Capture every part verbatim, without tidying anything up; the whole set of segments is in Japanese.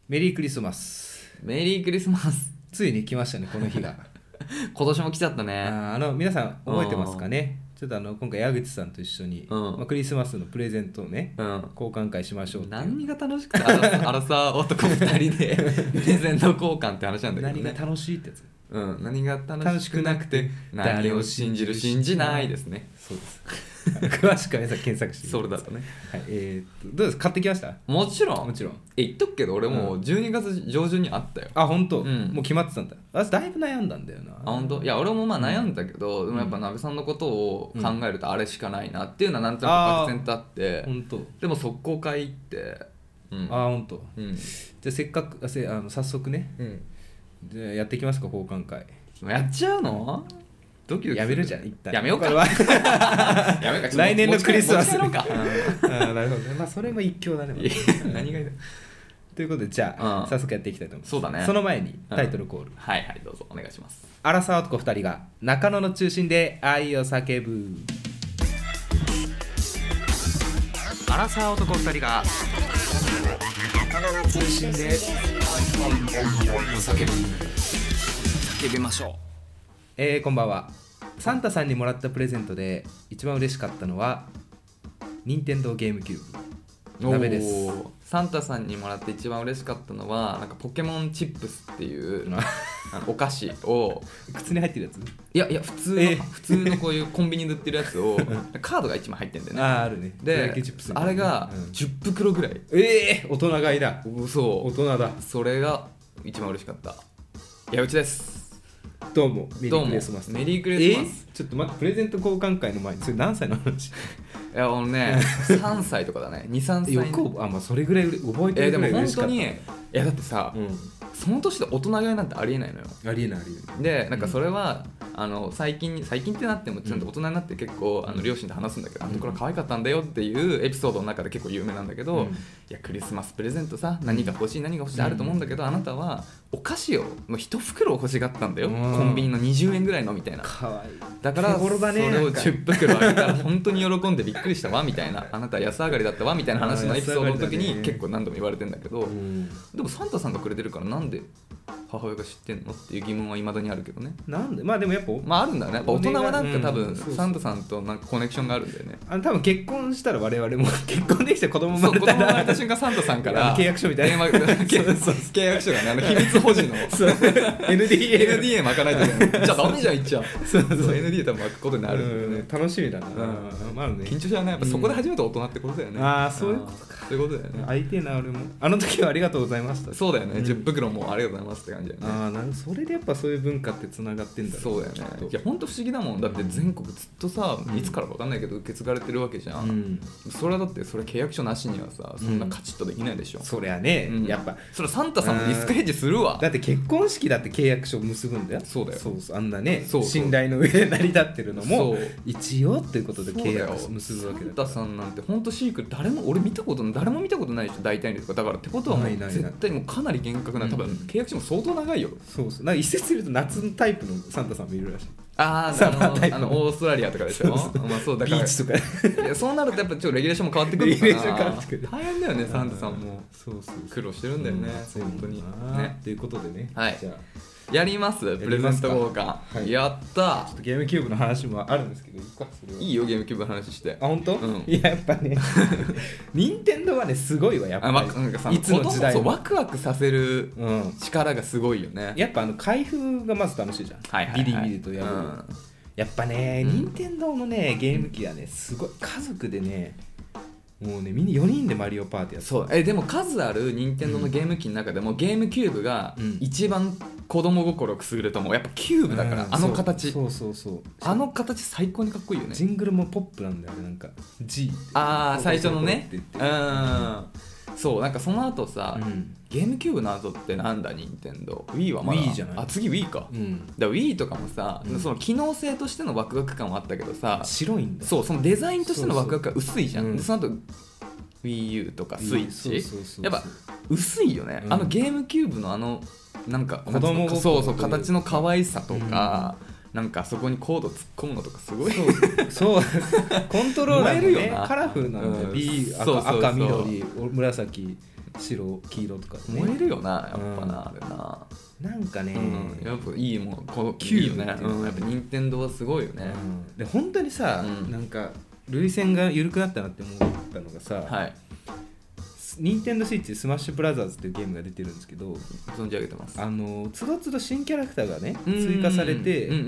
メリークリスマス。 メリークリスマス。 ついに来ましたね、この日が。 今年も来ちゃったね。 ああの皆さん覚えてますかね。ちょっとあの今回矢口さんと一緒に、 うんまあ、クリスマスのプレゼントをね、 うん、 交換会しましょうっていう。 何が楽しくてアラ、アラサー男ふたりでプレゼント交換って話なんだけどね。 何が楽しいってやつ。 うん、何が楽しくなくて何を信じる信じないですね。 そうです詳しくは皆さん検索してそれだとね、 はい、えー、っとどうです買ってきました？ もちろんもちろん。 え言っとくけど俺もうじゅうにがつ上旬にあったよ。 あ本当、 うん、 もう決まってたんだ。私だいぶ悩んだんだよな。 あ本当？いや俺もまあ悩んだけど、うん、でもやっぱ鍋さんのことを考えるとあれしかないなっていうのはなんとなく漠然とあって、 本当。でも速攻買いって、 うん、あ本当、 うん、 じゃあせっかくあせあの早速ね、うん、じゃあやっていきますか交換会。 やっちゃうの？ドキドキやめるじゃん一旦。 やめようか。 やめか来年のクリスマス。 持ち帰ろうか。 あなるほどね。まあそれも一興だね。 何がいいということでじゃあ、うん、早速やっていきたいと思います。 そうだね。 その前にタイトルコール、うん、 はいはいどうぞお願いします。 アラサー男ふたりが中野の中心で愛を叫ぶ。アラサー男ふたりが中野の中心で愛を叫ぶ。 叫びましょう。 えー、こんばんは。サンタさんにもらったプレゼントで一番嬉しかったのは任天堂ゲームキューブ。鍋です。 サンタさんにもらって一番嬉しかったのはなんかポケモンチップスっていうあのお菓子を靴に入ってるやつ。 いやいや普通の、えー、普通のこういうコンビニで売ってるやつをカードがいちまい入ってるんだよね。 ああるね。 であれがじゅっぷくろぐらい、 うん、ええー、大人買いだ。 そう大人だ。 それが一番嬉しかった。矢内です。 どうもメリークリスマス。 メリークリスマス、 えー、ちょっと待って、プレゼント交換会の前にそれ何歳の話？ いや俺ねさんさいとかだね。にさんさいよくあ、まあ、それぐらい覚えてるぐらい嬉しかった。 えー、でも本当にいやだってさ、うん、その年で大人買いなんてありえないのよ。 ありえないありえない。 でなんかそれは、うん、あの最近最近ってなってもちゃんと大人になって結構、うん、あの両親と話すんだけど、うん、あのところ可愛かったんだよっていうエピソードの中で結構有名なんだけど、うん、いやクリスマスプレゼントさ何が欲しい何が欲しいあると思うんだけど、うん、あなたはお菓子をもう一袋欲しがったんだよ、うん、コンビニのにじゅうえんぐらいのみたいな。 かわいい。 だからそれをじゅっぷくろあげたら本当に喜んでびっくりしたわみたいなあなたは安上がりだったわみたいな話のエピソードの時に結構何度も言われてんだけど、うん、でもサンタさんがくれてるからなんで母親が知ってんのっていう疑問は未だにあるけどね。 なんでまあでもやっぱまああるんだね。やっぱ大人はなんか多分サンタさんとなんかコネクションがあるんだよね。 あの多分結婚したら我々も結婚できて子供生まれたら子供生まれた瞬間サンタさんから契約書みたいな契約書がねあの秘密保持のエヌディーエーエヌディーエー 巻かないといけないじゃあダメじゃん言っちゃう。そうそう エヌディーエー 多分巻くことになるんだよね、 うん、楽しみだな、うんまあね、 緊張しちゃうね。やっぱそこで初めて大人ってことだよね、 うん、ああそういうことか。 そういうことだよね。 相手な俺もあの時はありがとうございました。 そうだよね、うん、じゅっぷくろもありがとうございますって感じだよね。 ああなるほど。それでやっぱそういう文化ってつながってんだろう。 そうだよね。いや本当不思議だもん。だって全国ずっとさ、うん、いつからか分かんないけど受け継がれてるわけじゃん、うん、それはだってそれ契約書なしにはさそんなカチッとできないでしょ、うん、 そりゃね、うん、やっぱそれサンタさんもリスクヘッジするわ。 だって結婚式だって契約書を結ぶんだよ。 そうだよ。 そうそうあんなねそうそう信頼の上で成り立ってるのも一応ということで契約を結ぶわけだ。 サンタさんなんて本当シークレット誰も俺見たことない誰も見たことないでしょ大体のとか。だからってことはもう絶対もうかなり厳格な多分契約書も相当長いよ。 そうそうなんか一説言うと夏のタイプのサンタさんもいるらしい。 あーあのあのオーストラリアとかでしょ。そうそうまあそうだからビーチとかいやそうなるとやっぱちょっとレギュレーションも変わってくるからレギュレーション変わってくる。 大変だよねサンタさんも。 そうそう苦労してるんだよね、うん、本当にね。 ということでね、 はい、 じゃあやりますプレゼント交換、はい、やったちょっとゲームキューブの話もあるんですけどいいかそれは。 いいよゲームキューブの話して。 あ本当、うん、いややっぱね任天堂はねすごいわやっぱり。 あ、ま、なんかさいつの時代もワクワクさせる力がすごいよね、 うん、やっぱあの開封がまず楽しいじゃん、はいはいはい、ビリビリとやる、うん、やっぱね、うん、任天堂のねゲーム機はねすごい家族でねもうねみんなよにんでマリオパーティーやって。 そうえでも数ある任天堂のゲーム機の中でも、うん、ゲームキューブが一番子供心をくすぐると思う。やっぱキューブだから、うん、あの形そうそうそうそうあの形最高にかっこいいよね。 ジングルもポップなんだよねなんか G ああ最初のねうんそうなんかその後さ、うん、ゲームキューブの後ってなんだ任天堂 Wii はまだ Wii じゃない。 あ次 Wii か、うん、だから Wii とかもさ、うん、その機能性としてのワクワク感はあったけどさ白いんだ。 そうそのデザインとしてのワクワクが薄いじゃん。そうそう、うん、でその後 WiiU とかスイッチ、そうそうそうそうやっぱ薄いよね、うん、あのゲームキューブのあのなんか子供のそうそう形の可愛さとか、うん、なんかそこにコード突っ込むのとかすごいそうそうコントローラーもねカラフルなんで、うん、B 赤、赤緑紫白黄色とかね燃えるよなやっぱな、うん、あれななんかね、 うん、やっぱいいもんこのキューブね、うん、やっぱ任天堂はすごいよね、 うん、で本当にさ、うん、なんか涙腺が緩くなったなって思ったのがさ、はい、任天堂スイッチでスマッシュブラザーズっていうゲームが出てるんですけど存じ上げてます。 あのつどつど新キャラクターがね追加されて、うんうんうんうん、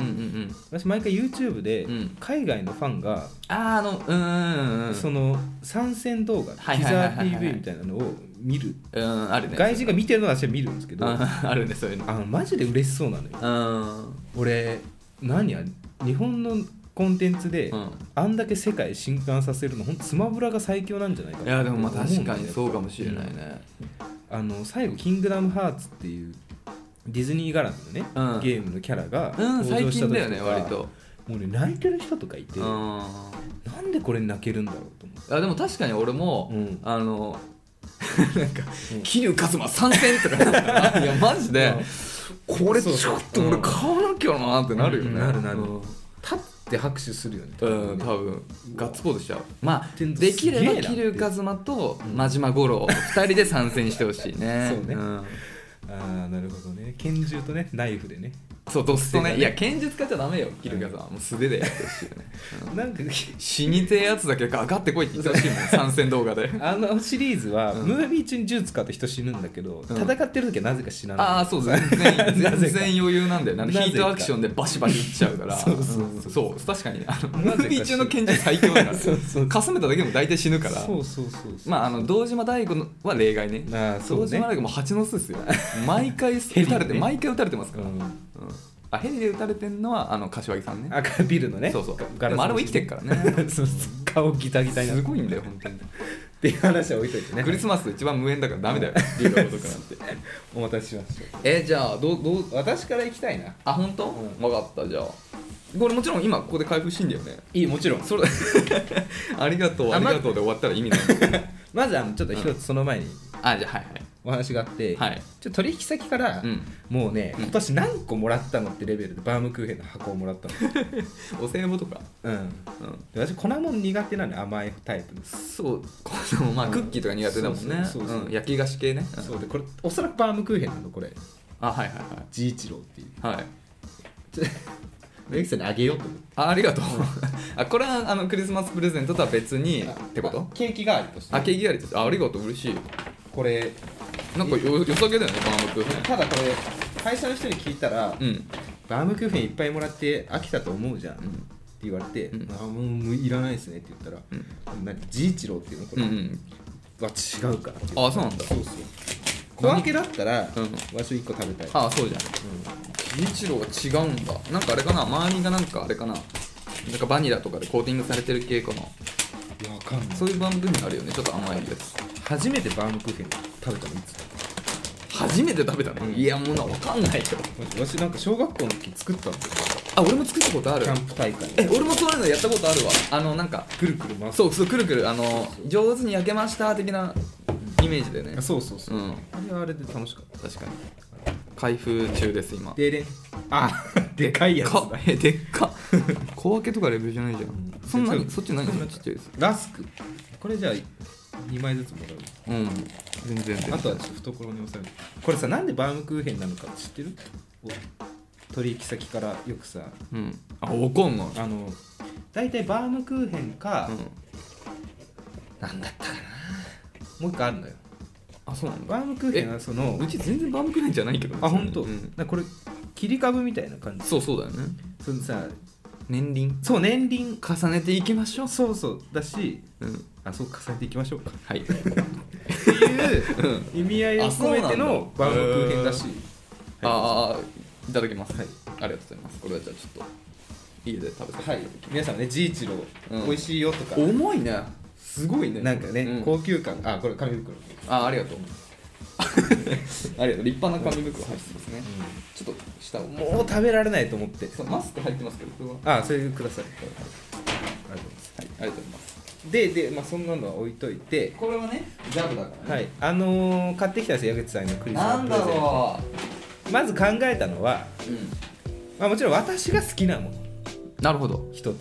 私毎回 YouTube で海外のファンが、うん、 ああのうんうんうんその参戦動画、 はいティザーはいはいはいピーブイ みたいなのを見る、 うん、あるね、 外人が見てるのは私は見るんですけど、 あるねそういうの、 あのマジで嬉しそうなのよ。俺何や日本のコンテンツで、うん、あんだけ世界震撼させるのほんとスマブラが最強なんじゃないかな。 いやでもまあ確かにそうかもしれないね、 うん、あの最後キングダムハーツっていうディズニー絡みのね、うん、ゲームのキャラが登場した時とか、うん、最近だよね割ともうね泣いてる人とかいて、うん、なんでこれに泣けるんだろうと思って。 あでも確かに俺も、うん、あのなんか桐生一馬参戦とかいやマジで、うん、これちょっと俺買わなきゃなってなるよね、うん、 なるなる、うん、立って拍手するよね、 多分、うん、多分ガッツポーズしちゃう。まあできれば桐生一馬と真島五郎ふたりで参戦してほしいねそうね、うん、ああなるほどね。拳銃とねナイフでね、 そうドスとね、いや拳銃使っちゃダメよ桐生一馬は、もう素手でやってほしいよね、うん、なんか死にてえやつだけかかってこいって言ってほしいもん参戦動画であのシリーズは、うん、ムービー中に銃使うと人死ぬんだけど、うん、戦ってる時はなぜか死なない。 ああそう全然全然余裕なんだよね。ヒートアクションでバシバシ撃っちゃうからそうそうそうそう、そう確かにあのムービー中の拳銃最強だからそうそうかすめただけでも大体死ぬから。 そうそうそうそう、 まああの堂島大吾は例外ね。あそうね、堂島大吾も蜂の巣ですよ毎回撃たれて、ね、毎回撃たれてますから、うんうん、あヘリで撃たれてんのはあの柏木さんね。 あビルのね。 そうそうでもあれも生きてるからねそうそう顔ギタギタになってすごいんだよ本当にっていう話は置いといてね。 クリスマス一番無縁だからダメだよ龍河如くなんてお待たせしました。 えじゃあどうどう私から行きたいな。 あ本当、うん、分かった。じゃあこれもちろん今ここで開封していいんだよね。 いいもちろんそれありがとうありがとうで終わったら意味ないまずあのちょっと一つその前に、うん、 あじゃあはいはいお話があって、はい、ちょっと取引先から、うん、もうね、うん、今年何個もらったのってレベルでバームクーヘンの箱をもらったのお歳暮とか、 うん、うん、私粉もん苦手なの甘いタイプです。 そう粉もん、まあ、クッキーとか苦手だもんね。焼き菓子系ね、 うん、そうでこれおそらくバームクーヘンなのこれ。 あはいはいはい治一郎っていうはいメイキさんにあげようと思って。 あありがとうあこれはあのクリスマスプレゼントとは別にってこと？ ケーキ代わりとして。 あケーキ代わりとして あ, ありがとう嬉しい。 これなんか よ, よさげだよねバームクーヘン。 ただこれ会社の人に聞いたら、うん、バームクーヘンいっぱいもらって飽きたと思うじゃん、うん、って言われて、うん、あもういらないですねって言ったら、うん、何治一郎っていうのこれ、うんうん、は違うからって。 あそうなんだ。 そうそう小分けだったら、うん、わしいっこ食べたい。 あそうじゃん、治一郎が違うんだ。なんかあれかな周りがなんかあれかななんかバニラとかでコーティングされてる系かな。 いやわかんない。 そういうバームクーヘンあるよねちょっと甘いやつ。 初めてバームクーヘン食べたのいつ？ 初めて食べたの、うん、いやもうな分かんないよ。 私なんか小学校の時作ったんだよ。 あ俺も作ったことある。 キャンプ大会。 え俺もそういうのやったことあるわ。あのなんかくるくる回す。 そうそうくるくるあの上手に焼けました的なイメージでね。 あそうそうそう、うん、あれはあれで楽しかった。 確かに開封中です今。 でであでかいやつだ。 えでっか小分けとかレベルじゃないじゃん、うん、そんなにそっち何そんなちっちゃいです。 ラスクこれじゃあにまいずつもらう。 うん全然全然。 あとはちょっと懐に収める。これさなんでバームクーヘンなのか知ってる？取引先からよくさ、 うん、あわかんない。 あのだいたいバームクーヘンか、うん、なんだったかなもう一個あるのよ。 あそうなんだ。 バームクーヘンはそのうち全然バームクーヘンじゃないけど、ね、 あ本当、うん、これ切り株みたいな感じ。 そうそうだよね。 そのさ年輪そう年輪重ねていきましょう。 そうそうだし、うん、あそう重ねていきましょうかはいっていう意味合いを込めてのバームクーヘンだし、 ああいただきます、はい、ありがとうございます。これはじゃあちょっと家で食べさせて、はい、 皆さんね治一郎、うん、美味しいよとか。 重いねすごいねなんかね、うん、高級感。あこれ紙袋。 あありがとうありがとう立派な紙袋入ってますね、うん、ちょっと下をもう食べられないと思って。 マスク入ってますけどこれはあそれください。 ありがとうございます、はい、ありがとうございます。 でで、まあ、そんなのは置いといてこれはねジャブだからね。はいあのー、買ってきたんですよ矢口さんのクリスマスプレゼント。 なんだろうまず考えたのは、うんまあ、もちろん私が好きなものなるほど一つ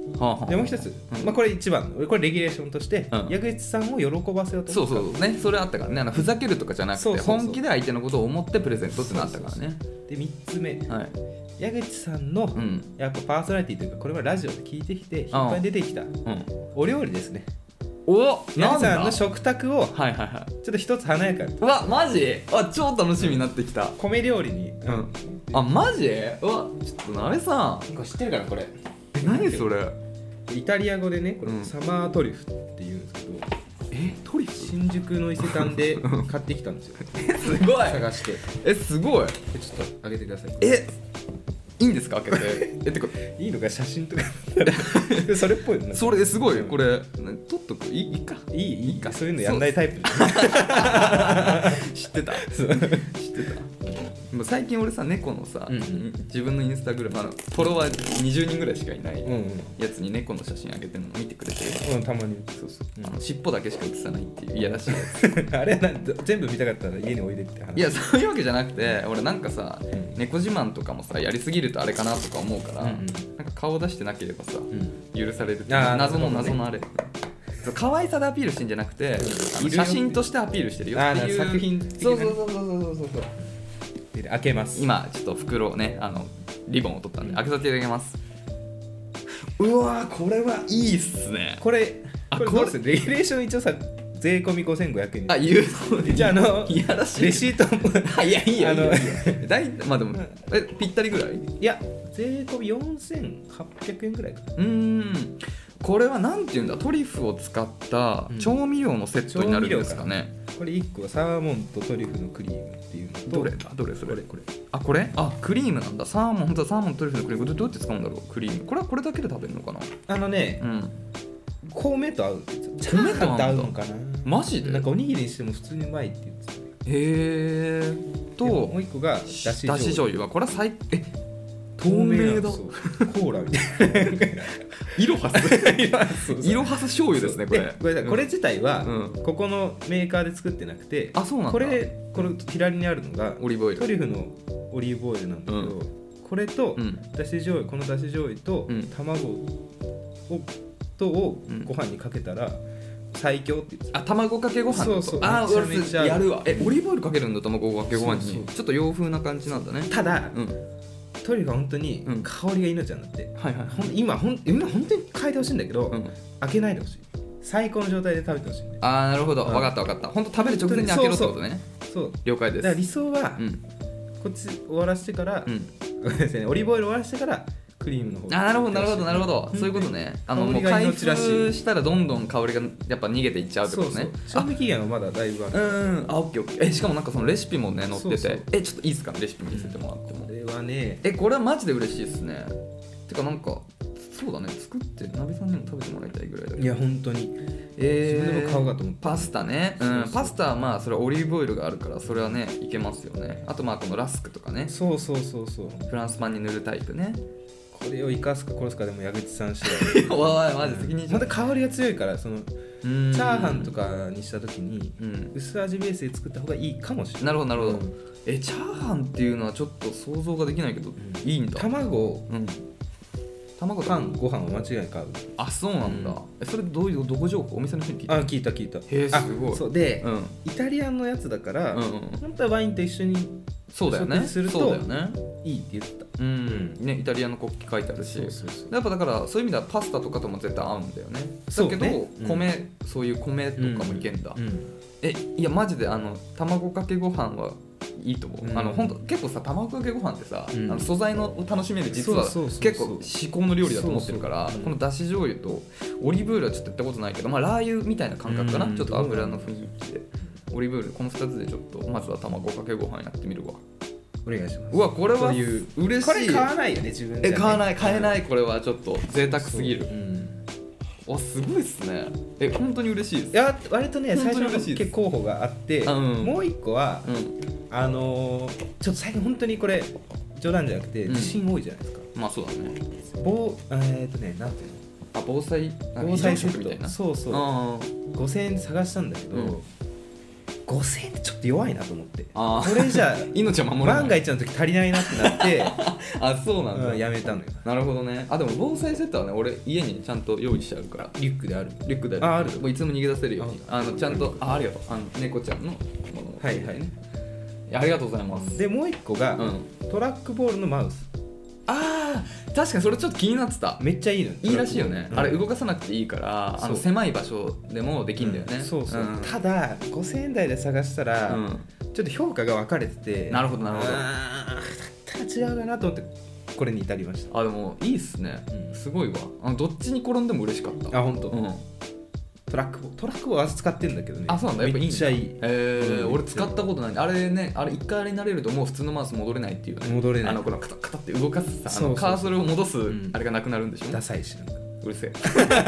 はあはあ、 でもう一つ、うんまあ、これ一番これレギュレーションとして、うん、矢口さんを喜ばせようと思った。そうそうね、それあったからね。あのふざけるとかじゃなくて、そうそうそう本気で相手のことを思ってプレゼントってなったからね。 そうそうそうでみっつめ、 はい、 矢口さんの、うん、やっぱパーソナリティというかこれはラジオで聞いてきて頻繁に出てきた、うん、お料理ですね。 お矢口さんの食卓を、 はいはいはい、 ちょっと一つ華やかに。 うわマジあ超楽しみになってきた。 米料理に、 うん、あマジうわちょっとなべさんこれ知ってるかなこれ。 え何それ。 イタリア語でねこれ、うん、サマートリュフっていうんですけど、 えトリュフ新宿の伊勢丹で買ってきたんですよ。 えすごい探して。 えすごい。 えちょっと開けてください。 えいいんですか開けて。えてかいいのか写真とかそれっぽいの。 それすごいこれ撮っとくいいかいいいいかそういうのやんないタイプ。 知ってた知ってた。最近俺さ猫のさ、うんうん、自分のインスタグラムのフォロワーにじゅうにんぐらいしかいないやつに猫の写真あげてるの見てくれてる。 うんたまに。 そうそう、うん、あの尻尾だけしか写さないっていういやらしいやつ。あれなんて全部見たかったら家においでって話。 いやそういうわけじゃなくて俺なんかさ、うん、猫自慢とかもさやりすぎるとあれかなとか思うから、うんうん、なんか顔出してなければさ、うん、許されるって謎の謎のあれ。可愛さでアピールしてんじゃなくて、うん、写真としてアピールしてるよっていう作品的な。 そうそうそうそうそうそうそう。 開けます。 今ちょっと袋をねあのリボンを取ったんで開けさせていただきます。 うわこれはいいっすね。 これこれどうですレギュレーション一応さ税込みごせんごひゃくえん。 あ言うじゃああのいやらしいレシートもいやいいよあのだいまあでもえぴったりぐらい。 いや税込みよんせんはっぴゃくえんぐらいかな。 うーんこれはなんていうんだトリュフを使った調味料のセットになるんですかね。 うん、これいっこはサーモンとトリュフのクリームっていうのとどれだどれそれこれこれあこれあクリームなんだ。サーモン本当はサーモンとトリュフのクリームどうやって使うんだろうクリーム。これはこれだけで食べるのかな。 あのね、うん、米と合う。 米と合うのかな。 マジで。 なんかおにぎりにしても普通にうまいって言ってた。 へえ。ともう一個がだし醤油。 だし醤油はこれは最え透明だ。コーラみたいな。 イロハスイロハス醤油ですねこれ。 これこれ自体は、うん、ここのメーカーで作ってなくて、 あそうなんだ。 これこの左にあるのがオリーブオイル。 トリュフのオリーブオイルなんだけど、うん、これと、うん、だし醤油このだし醤油と、うん、卵をとをご飯にかけたら最強って言ってた。 あ卵かけご飯。 そうそう。 あ俺めっちゃやるわ。えオリーブオイルかけるんだ卵かけご飯に。そうそうちょっと洋風な感じなんだね。 ただ、うんトリュフは本当に香りが命なんだって、うんはいはい、ほん今ほん今本当に変えてほしいんだけど、うん、開けないでほしい。最高の状態で食べてほしいんで。 ああなるほど、うん、分かった分かった。本当食べる直前に開けろってことね。 そうそう了解です。 だから理想は、うん、こっち終わらせてから、うん、ごめんなさいねオリーブオイル終わらせてからクリームの方。 あなるほどなるほどなるほど、そういうことね。あのもう開封したらどんどん香りがやっぱ逃げていっちゃうってことね。そうそう賞味期限はまだだいぶある。 うんあオッケーオッケー。えしかもなんかそのレシピもね載ってて、そうそうえちょっといいですかレシピ見せてもらっても。 これはねえこれはマジで嬉しいですね。てかなんかそうだね作って鍋さんにも食べてもらいたいぐらいだけど。 いや本当に、 えー、 自分でも買おうかと思って。 パスタね、うん、そうそうパスタはまあそれはオリーブオイルがあるからそれはねいけますよね。あとまあこのラスクとかね。 そうそうそうそうフランスパンに塗るタイプね。 これを生かすか殺すかでも矢口さん次第。 おいマジ責任者。 また香りが強いからそのチャーハンとかにした時に薄味ベースで作った方がいいかもしれない。 なるほどなるほど、うん、えチャーハンっていうのはちょっと想像ができないけど、うん、いいんだ。 卵、うん、 卵パンご飯を間違いに買う。 あそうなんだ、うん、えそれどういうどこ情報お店の人に聞いた。 あ聞いた聞いた。 へえすごい。 そうで、うん、イタリアンのやつだから、うんうん、本当はワインと一緒にそうだよねするといいって言ってた。 うん、ねイタリアの国旗書いてあるし、そうそうそうやっぱだからそういう意味ではパスタとかとも絶対合うんだよね。だけど、ねうん、米そういう米とかもいけんだ、うんうん、えいやマジであの卵かけご飯はいいと思う、うん、あの本当結構さ卵かけご飯ってさ、うん、あの素材のを楽しめる実は結構至高の料理だと思ってるから、そうそうそうこのだし醤油とオリーブオイルはちょっとやったことないけど、まあ、ラー油みたいな感覚かな、うん、ちょっと油の雰囲気でオリーブオイルこのふたつでちょっとまずは卵かけご飯やってみるわ。 お願いします。 うわこれは嬉しい。これ買わないよね自分で、 ね、え買わない買えない。これはちょっと贅沢すぎる。わ、うん、すごいっすね。え本当に嬉しいです。 いや割とね最初の結構候補があって、うん、もう一個は、うん、あのー、ちょっと最近本当にこれ冗談じゃなくて地震多いじゃないですか、 うん、まあそうだね。 防えー、っとねなんていうのあ防災防災セットみたいな。 そうそうごせんえんで探したんだけど、うん、 ごせんえんってちょっと弱いなと思って、 あこれじゃ命を守れない万が一の時足りないなってなってあそうなんだ、 うん、やめたのよ。 なるほどね。あでも防災セットはね俺家にちゃんと用意してあるから。 リュックであるリュックでああるもういつも逃げ出せるように、あのちゃんと、あありがとう、あの猫ちゃんのものを、 はいはいね、いやありがとうございます。 でもう一個が、 うん、 トラックボールのマウス。 あー確かにそれちょっと気になってた。 めっちゃいいの。 いいらしいよね、 うん、 あれ動かさなくていいからあの狭い場所でもできるんだよね、 うん、そうそう、 うん、 ただごせんえん台で探したら、うん、ちょっと評価が分かれてて、 なるほどなるほど、 だったら違うかなと思ってこれに至りました。 あでもいいっすね、うん、すごいわ。あのどっちに転んでも嬉しかった。 あ本当、 うん、 トラックボトラックボは使ってるんだけどね。 あそうなんだ、やっぱいいんだ。 めっちゃいい。 えー、うん、俺使ったことない。あれね、あれ一回あれになれるともう普通のマウス戻れないっていうね。 戻れない。 あのこのカタカタって動かすさ、あのカーソルを戻す、うん、あれがなくなるんでしょ。 ダサいしなんか。 うるせえ。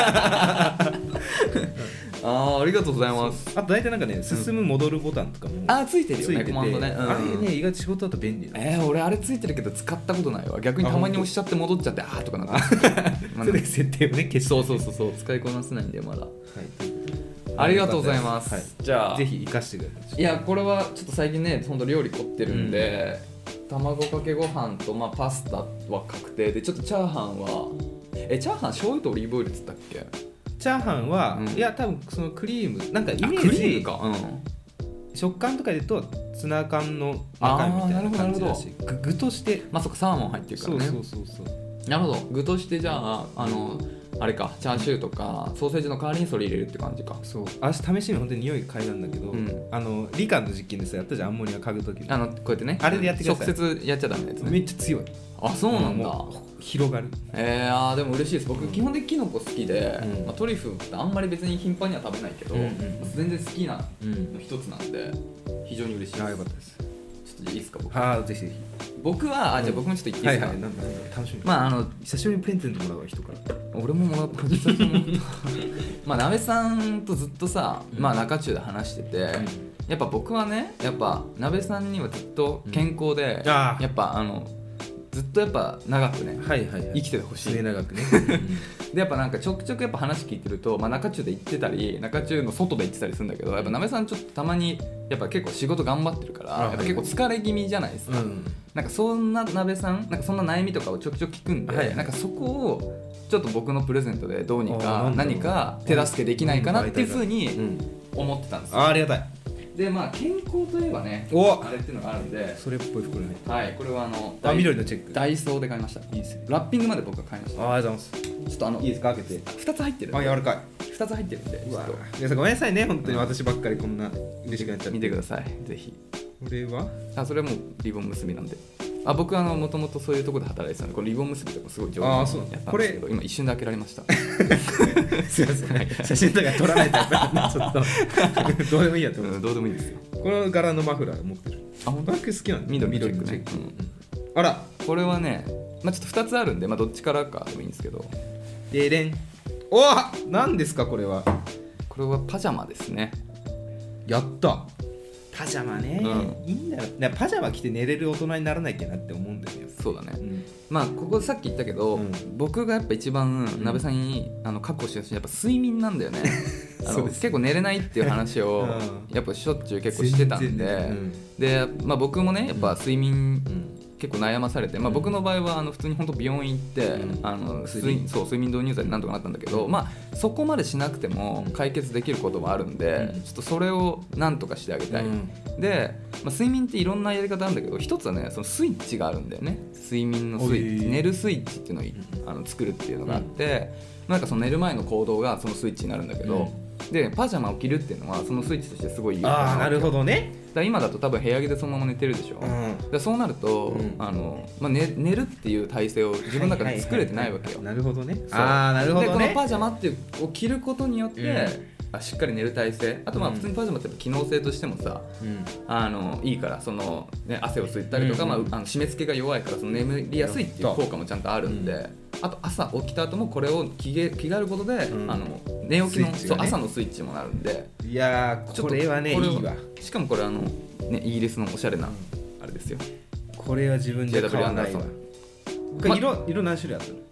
あーありがとうございます。 あと大体なんかね、進む戻るボタンとかも、うん、 あついてるよね、コマンドね、 うん、あれね意外と仕事だと便利な。 えー、俺あれついてるけど使ったことないわ。逆にたまに押しちゃって戻っちゃってあーとかなんかそれ設定をね消して、 そうそうそうそう使いこなせないんだよまだ。はい、ありがとうございます、はい、じゃあぜひ活かしてください。 いやこれはちょっと最近ねほんと料理凝ってるんで、うん、卵かけご飯と、まあ、パスタは確定で、ちょっとチャーハンはえチャーハン醤油とオリーブオイルっつったっけ。 チャーハンは、うん、いや多分そのクリームなんかイメージクリームか、うん、 食感とかで言うとツナ缶の中身みたいな感じだし、具具としてまあそっかサーモン入ってるからね。 そうそうそうそうなるほど。具としてじゃああのあれかチャーシューとかソーセージの代わりにそれ入れるって感じか。 そうあ試しに本当に匂い嗅いだんだけど、うん、あの理科の実験でさやったじゃん、アンモニア嗅ぐときあのこうやってねあれでやってください。 直接やっちゃダメなやつね。 めっちゃ強い。 あそうなんだ、うん、 広がる。 えー、あーでも嬉しいです。僕基本的にキノコ好きで、うんまあ、トリュフってあんまり別に頻繁には食べないけど、うんうん、全然好きなの一つなんで非常に嬉しいです。 あよかったです。 ちょっといいですか僕。 あぜひぜひ。 僕はあじゃあ僕もちょっと言っていいですか。 はいはい、なんだなんだ楽しみ。 まああの久しぶりにプレゼントもらうわ人から。 俺ももらった久しぶりにまあなべさんとずっとさ、まあ中中で話してて、うん、やっぱ僕はねやっぱなべさんにはずっと健康で、うん、やっぱあのずっとやっぱ長くね、 はいはいはい、 生きててほしい。 末長くねでやっぱなんかちょくちょくやっぱ話聞いてると、まあ、中中で行ってたり中中の外で行ってたりするんだけど、やっぱなべさんちょっとたまにやっぱ結構仕事頑張ってるから、やっぱ結構疲れ気味じゃないですか、うん、なんかそんななべさんなんかそんな悩みとかをちょくちょく聞くんで、はい、なんかそこをちょっと僕のプレゼントでどうにか何か手助けできないかなっていうふうに思ってたんですよ。 あ, ありがたい。 でまあ健康といえばねあれっていうのがあるんで、 それっぽい袋に入ってる。 はいこれはあのあ緑のチェックダイソーで買いました。いいですね。ラッピングまで僕が買いました。 あありがとうございます。 ちょっとあのいいですか開けて。 ふたつ入ってるんで。 あ柔らかい。 ふたつ入ってるんでうわ皆さんごめんなさいね本当に私ばっかりこんな嬉しくなっちゃって。 見てくださいぜひ。 これはあそれはもうリボン結びなんで。あ僕はもともとそういうところで働いてたので、これリボン結びとかすごい上手にやったんですけど、今一瞬で開けられましたすいません、はい、写真とか撮らないとやっぱりちょっとどうでもいいやって思う、 うん、どうでもいいですよ。 この柄のマフラー持ってる。あ本当？バッグ好きなんだ。 緑のチェックね、 うん、あらこれはね、まあ、ちょっとふたつあるんで、まあ、どっちからかでもいいんですけど。 でれんお何ですかこれは。 これはパジャマですね。 やったパジャマね、うん、いいんだよ。だパジャマ着て寝れる大人にならなきゃなって思うんだよね。 そうだね、うん、まあここさっき言ったけど、うん、僕がやっぱ一番なべさんにあの確保してほしいやっぱ睡眠なんだよねあの結構寝れないっていう話をやっぱしょっちゅう結構してたんで、うん、で、まあ、僕もねやっぱ睡眠結構悩まされて、まあ、僕の場合はあの普通に本当病院行って、うん、あの睡眠そう睡眠導入剤でなんとかなったんだけど、まあ、そこまでしなくても解決できることはあるんで、うん、ちょっとそれをなんとかしてあげたい、うん、で、まあ、睡眠っていろんなやり方あるんだけど一つはねそのスイッチがあるんだよね。睡眠のスイッチ、寝るスイッチっていうのをあの作るっていうのがあって、うん、なんかその寝る前の行動がそのスイッチになるんだけど、うん、でパジャマを着るっていうのはそのスイッチとしてすごいいい。 ああなるほどね。 だ今だと多分部屋着でそのまま寝てるでしょ、うん、だそうなると、うんあのまあ、寝, 寝るっていう体勢を自分の中で作れてないわけよ。 なるほどね。ああなるほどね。 でこのパジャマっていうを着ることによって、うん、しっかり寝る体勢。あとまあ普通にパジャマって機能性としてもさ、うん、あのいいからその、ね、汗を吸ったりとか、うんまあ、あの締め付けが弱いからその眠りやすいっていう効果もちゃんとあるんで、うん、あと朝起きた後もこれを着げ着替えることで、うん、あの寝起きの、ね、そう朝のスイッチもなるんで。 いやーこれはねいいわ。 しかもこれあのね、イギリスのおしゃれなあれですよ。 これは自分で買わないわ。これ色、ま、色何種類あったの？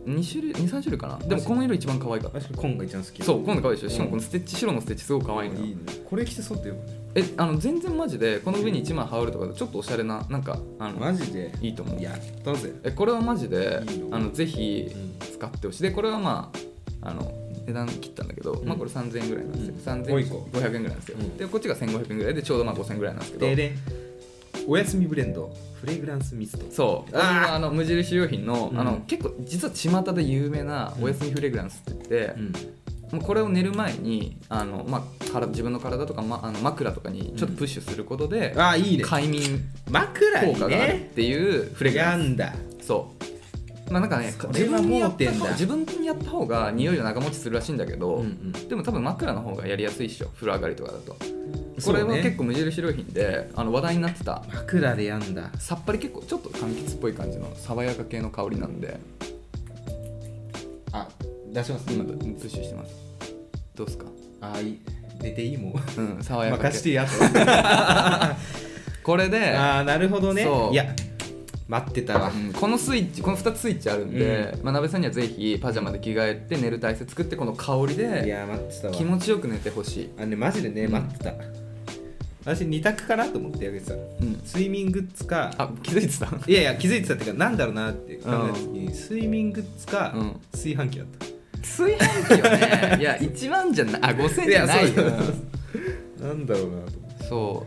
に種類にさん種類かな。でもこの色一番可愛かった。 私紺が一番好き。 そう紺が可愛いでしょ。しかもこのステッチ、白のステッチすごく可愛いのよ。 いいね。これ着てそうってよ。 えあの全然マジでこの上にいちまい羽織るとかでちょっとおしゃれななんかあのマジでいいと思う。 やったぜ。 えこれはマジでいいのあのぜひ使ってほしい。でこれはまああの値段切ったんだけど、 うん、 まあこれさんぜんえんぐらいなんですよ。 うん、 さんぜんごひゃくえんぐらいなんですよ。うん、でこっちがせんごひゃくえんぐらいでちょうどまあごせんえんぐらいなんですけど。 ででおやすみブレンドフレグランスミスト。 そうこれはあの無印良品の、 うん、 あの結構実は巷で有名なおやすみフレグランスって言って、うんもうこれを寝る前にあの、まあ、から自分の体とか、ま、あの枕とかにちょっとプッシュすることで、 うん、あいいね快眠枕効果があるっていうフレグランス。 やんだ。 そうまあなんかね自分にやった方自分にやった方が匂いが長持ちするらしいんだけど、うんうん、でも多分枕の方がやりやすいっしょ風呂上がりとかだと。これは結構無印良品であの話題になってた。 枕でやんだ。 さっぱり結構ちょっと柑橘っぽい感じの爽やか系の香りなんで。 あ出しますね。 今プッシュしてます。どうすか。 あいい寝ていいもん。 うん爽やか系。 任してやと。 これでああなるほどね。いや待ってたわ、 うん、このスイッチこのふたつスイッチあるんで、うんまあ、鍋さんにはぜひパジャマで着替えて寝る体勢作ってこの香りでいや待ってたわ気持ちよく寝てほしい。 あねマジでね、うん、待ってた。私に択かなと思ってあげてた、うん、睡眠グッズか。 あ気づいてた。 いやいや気づいてたっていうかなんだろうなって考えた時に、うん、睡眠グッズか、うん、炊飯器だった。 炊飯器はねいやいちまんじゃないあごせんえんじゃないよ。 なんだろうなと思って。 そう、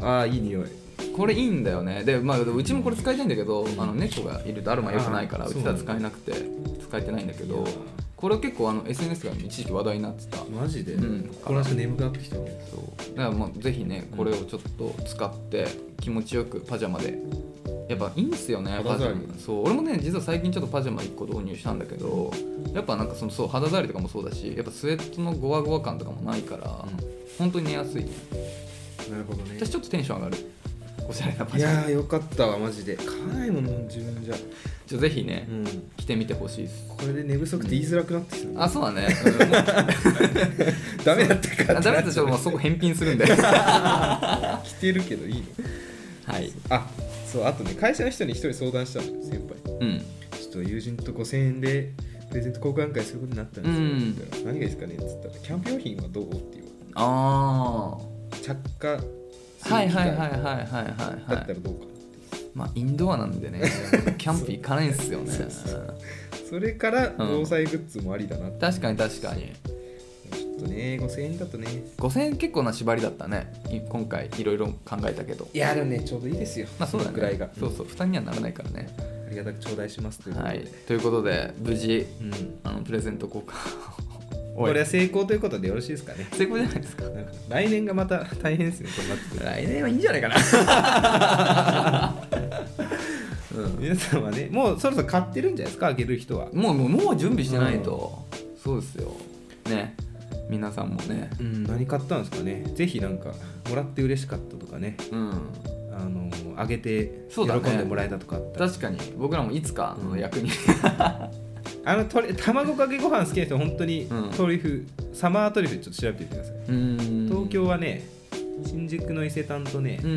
うん、ああいい匂い。 これいいんだよね。で、まあ、うちもこれ使いたいんだけど、うん、あの猫がいるとアロマ良くないからうちでは使えなくて使えてないんだけど、これ結構あの エスエヌエス が一時期話題になってた。 マジで、 うん、 この人眠くなってきた。そうだからもうぜひねこれをちょっと使って気持ちよくパジャマでやっぱいいんですよね。パジャマそう俺もね実は最近ちょっとパジャマいっこ導入したんだけどやっぱなんかそのそう肌触りとかもそうだしやっぱスウェットのゴワゴワ感とかもないから、うん、本当に寝やすい。 なるほどね。 私ちょっとテンション上がるおしゃれなパジャマ。 いやーよかったわマジで。買わないもん自分じゃ。 ちょぜひね、うん、着てみてほしいです。 これで寝不足って言いづらくなってきた、ねうん、あそうだね、 うん、ダメだったからダメだったらもうそこ返品するんで着てるけどいいの。 はいあそうあとね会社の人に一人相談したの先輩、うん、ちょっと友人とごせんえんでプレゼント交換会することになったんですよ、うん、って言ったら何がいいですかねって言ったらキャンプ用品はどうって言う。ああ着火はいはいはいはいはいはいだったらどうか。 まあインドアなんでねキャンプ行かないんですよね。 それから防災グッズもありだなって、 うん、確かに確かにちょっとねごせんえんだとねごせんえん結構な縛りだったね今回いろいろ考えたけど。 いやでもねちょうどいいですよ。 まあそうだねぐらいがそうそう負担にはならないからね。 ありがたく頂戴しますということで、はい、 ということで無事、うん、あのプレゼント交換これは成功ということでよろしいですかね。 成功じゃないですか。 なんか来年がまた大変ですねこれなってて。 来年はいいんじゃないかな、 うん、皆さんはねもうそろそろ買ってるんじゃないですかあげる人は。 もうもうもう準備してないと、うん、そうですよね。皆さんもね、 うん、何買ったんですかね。ぜひなんかもらって嬉しかったとかね、うん、あのあげて喜んでもらえたとかあったら、 ね、確かに僕らもいつかの役に、うんあのトリ卵かけご飯好きな人は本当にトリュフ、うん、サマートリュフちょっと調べてみてください。うん東京はね新宿の伊勢丹とね、うん、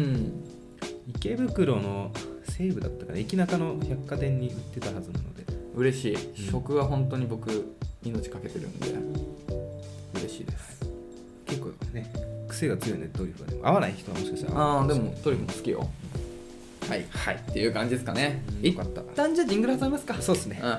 池袋の西武だったかな駅中の百貨店に売ってたはずなので嬉しい、うん、食は本当に僕命かけてるんで嬉しいです。 結構ね癖が強いねトリュフは。でも合わない人はもしかしたらああでもトリュフも好きよ。はい、はい、っていう感じですかね。うん、よかった。一旦じゃあジングル挟みますか。 そうですね、うん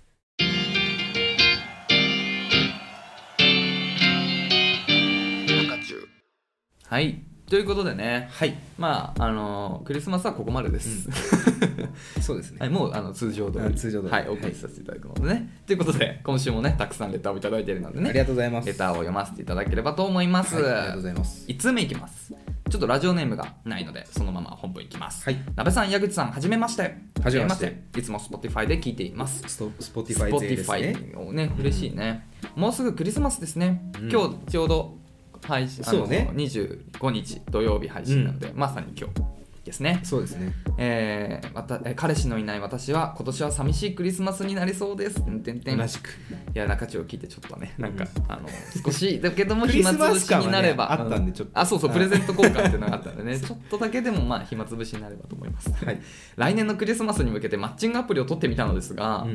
はい、ということでね、 はい、 まああのー、クリスマスはここまでです、 うん、そうですね、 はい、もうあの通常通り通常通り、 はい、お送りさせていただくのでね、はい、ということで今週もねたくさんレターをいただいているのでね、 ありがとうございます。 レターを読ませていただければと思います、 はい、ありがとうございます。 いちつうめいきます。ちょっとラジオネームがないのでそのまま本文いきます。 はい、 なべさん、矢口さん、はじめまして。 はじめまして。 いつも Spotify で聞いています。 Spotify 勢ですね。 Spotify ね、嬉しいね、うん、もうすぐクリスマスですね、うん、今日ちょうど配信、 そうね、 にじゅうごにち土曜日配信なので、うん、まさに今日ですね。 そうですね、 えー、また彼氏のいない私は今年は寂しいクリスマスになりそうです。てんてん同じく。 いや中地を聞いてちょっとねなんか、うん、あの少しだけども暇つぶしになれば、 ね、あったんでちょっと、 あそうそうプレゼント交換っていうのがあったんでねちょっとだけでもまあ暇つぶしになればと思います、はい、来年のクリスマスに向けてマッチングアプリを取ってみたのですが、うん、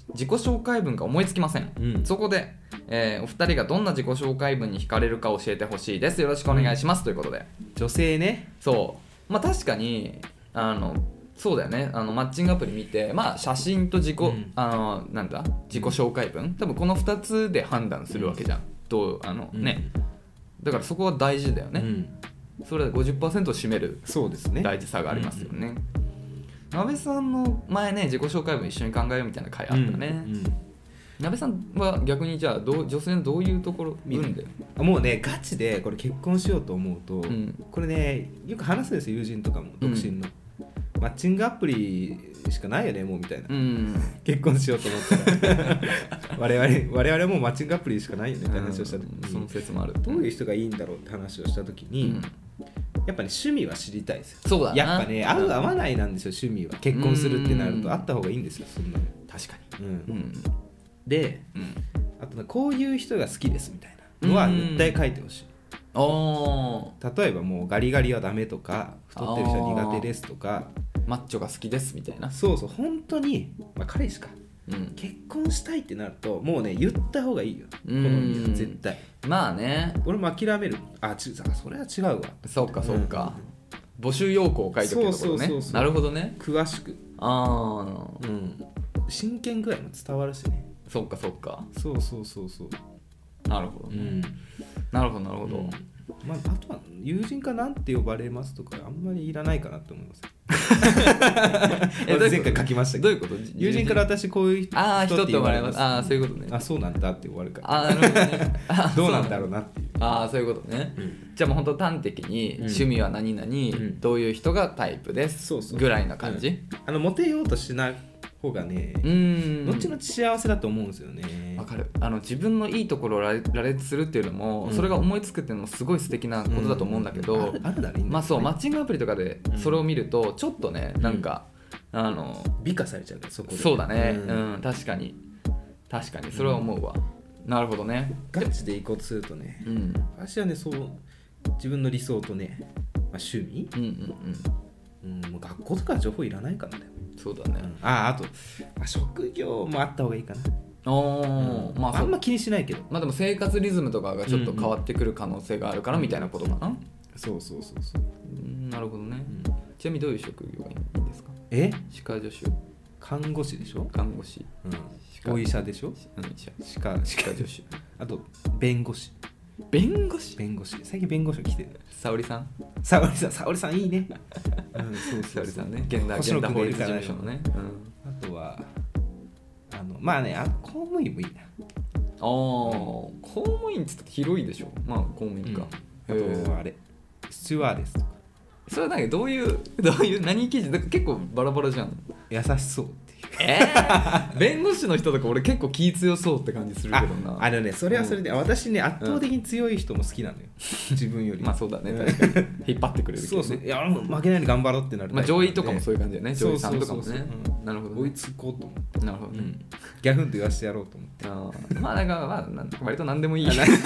自己紹介文が思いつきません、 うん、 そこで、えー、お二人がどんな自己紹介文に惹かれるか教えてほしいです。よろしくお願いします、うん、ということで。 女性ね。 そうまあ確かにあのそうだよね、あのマッチングアプリ見て、まあ、写真と自己、うん、あのなんだ自己紹介文、多分このふたつで判断するわけじゃん、うん、どうあの、うん、ね、だからそこは大事だよね、うん、それで ごじゅっパーセント を占める大事さがありますよね。なべさんの前ね自己紹介文一緒に考えようみたいな回あったね、うんうん、なべさんは逆にじゃあどう女性のどういうところ見るんだよ。 もうねガチでこれ結婚しようと思うと、うん、これねよく話すんですよ友人とかも独身の、うん、マッチングアプリしかないよねもうみたいな、うん、結婚しようと思ったら我々我々はもうマッチングアプリしかないよねって話をした時に、 うん、その説もある。 どういう人がいいんだろうって話をした時に、うん、やっぱね趣味は知りたいですよ。 そうだな、 やっぱね合う合わないなんですよ趣味は。結婚するってなるとあった方がいいんですよそんなの。 確かに、 うんうん、で、うん、あと、ね、こういう人が好きですみたいなのは絶対書いてほしい。 お例えばもうガリガリはダメとか太ってる人は苦手ですとかマッチョが好きですみたいな。 そうそう本当に、まあ、彼氏か、うん、結婚したいってなるともうね言った方がいいよ。このには絶対。 まあね俺も諦める。あちそれは違うわ。 そうかそうか、うん、募集要項を書いておくところね。そうそうそうそう。なるほどね。 詳しく。ああ、うん、真剣具合も伝わるしね。 そうかそうか。 そうそうそうそうなるほどね、うん、なるほどなるほど、うん、 まあ、あとは友人かなんて呼ばれますとかあんまりいらないかなって思いますえ前回書きましたけど。 どういうこと？ 友人から私こういう人あ人って呼ばれます。ああそういうことね。 あそうなんだって終わるから。 あなるほどね。 どうなんだろうなっていう。 ああそういうことね、うん、じゃあもう本当端的に趣味は何々、うん、どういう人がタイプです、そうそうぐらいな感じ、うん、 あのモテようとしない方がねうん後々幸せだと思うんですよね。 わかる。あの自分のいいところを羅列するっていうのも、うん、それが思いつくっていうのもすごい素敵なことだと思うんだけど、うん、あるならいいんだよね。まあそうマッチングアプリとかでそれを見るとちょっとね、うん、なんかあの美化されちゃうそこで。 そうだね、うんうん、確かに確かにそれは思うわ、うん、なるほどね。 ガチで行こうとするとね、うん、私はねそう自分の理想とね、まあ、趣味、うんうんうんうん、もう学校とか情報いらないからね。 そうだね、 うん、ああと、まあ、職業もあった方がいいかな。 おうんまあ、あんま気にしないけど、 まあ、でも生活リズムとかがちょっと変わってくる可能性があるからみたいなことかな、うんうん、 そうそうそうそう、 うん、なるほどね、うん、ちなみにどういう職業がいいんですか？ え歯科助手。 看護師でしょ。 看護師、 うん、お医者でしょ。歯科助手あと弁護士。 弁護士弁護士最近弁護士来てる。 沙織さん沙織さん沙織さんいいね、うん、そうそう沙織さんね現代現代法律事務所のね、 うん、あとはあのまあねあ公務員もいいな。ああ、うん、 公務員って言ったら広いでしょ。まあ公務員か、 うん、あとあれスチュワーデスとか。 それは何どういうどういう何記事だ結構バラバラじゃん。 優しそうっていうえー、弁護士の人とか俺結構気強そうって感じするけどな。 あ, あのねそれはそれで、うん、私ね圧倒的に強い人も好きなのよ、うん、自分よりまあそうだね確かに引っ張ってくれるけど、ね、 そうそういや負けないように頑張ろうってなる、 まあ、上位とかもそういう感じだよね。上位さんとかもね。なるほど、ね、 追いつこうと思ってなるほどね、うん、 ギャフンと言わせてやろうと思って。 あまあだからまあ割と何でもいいそうそう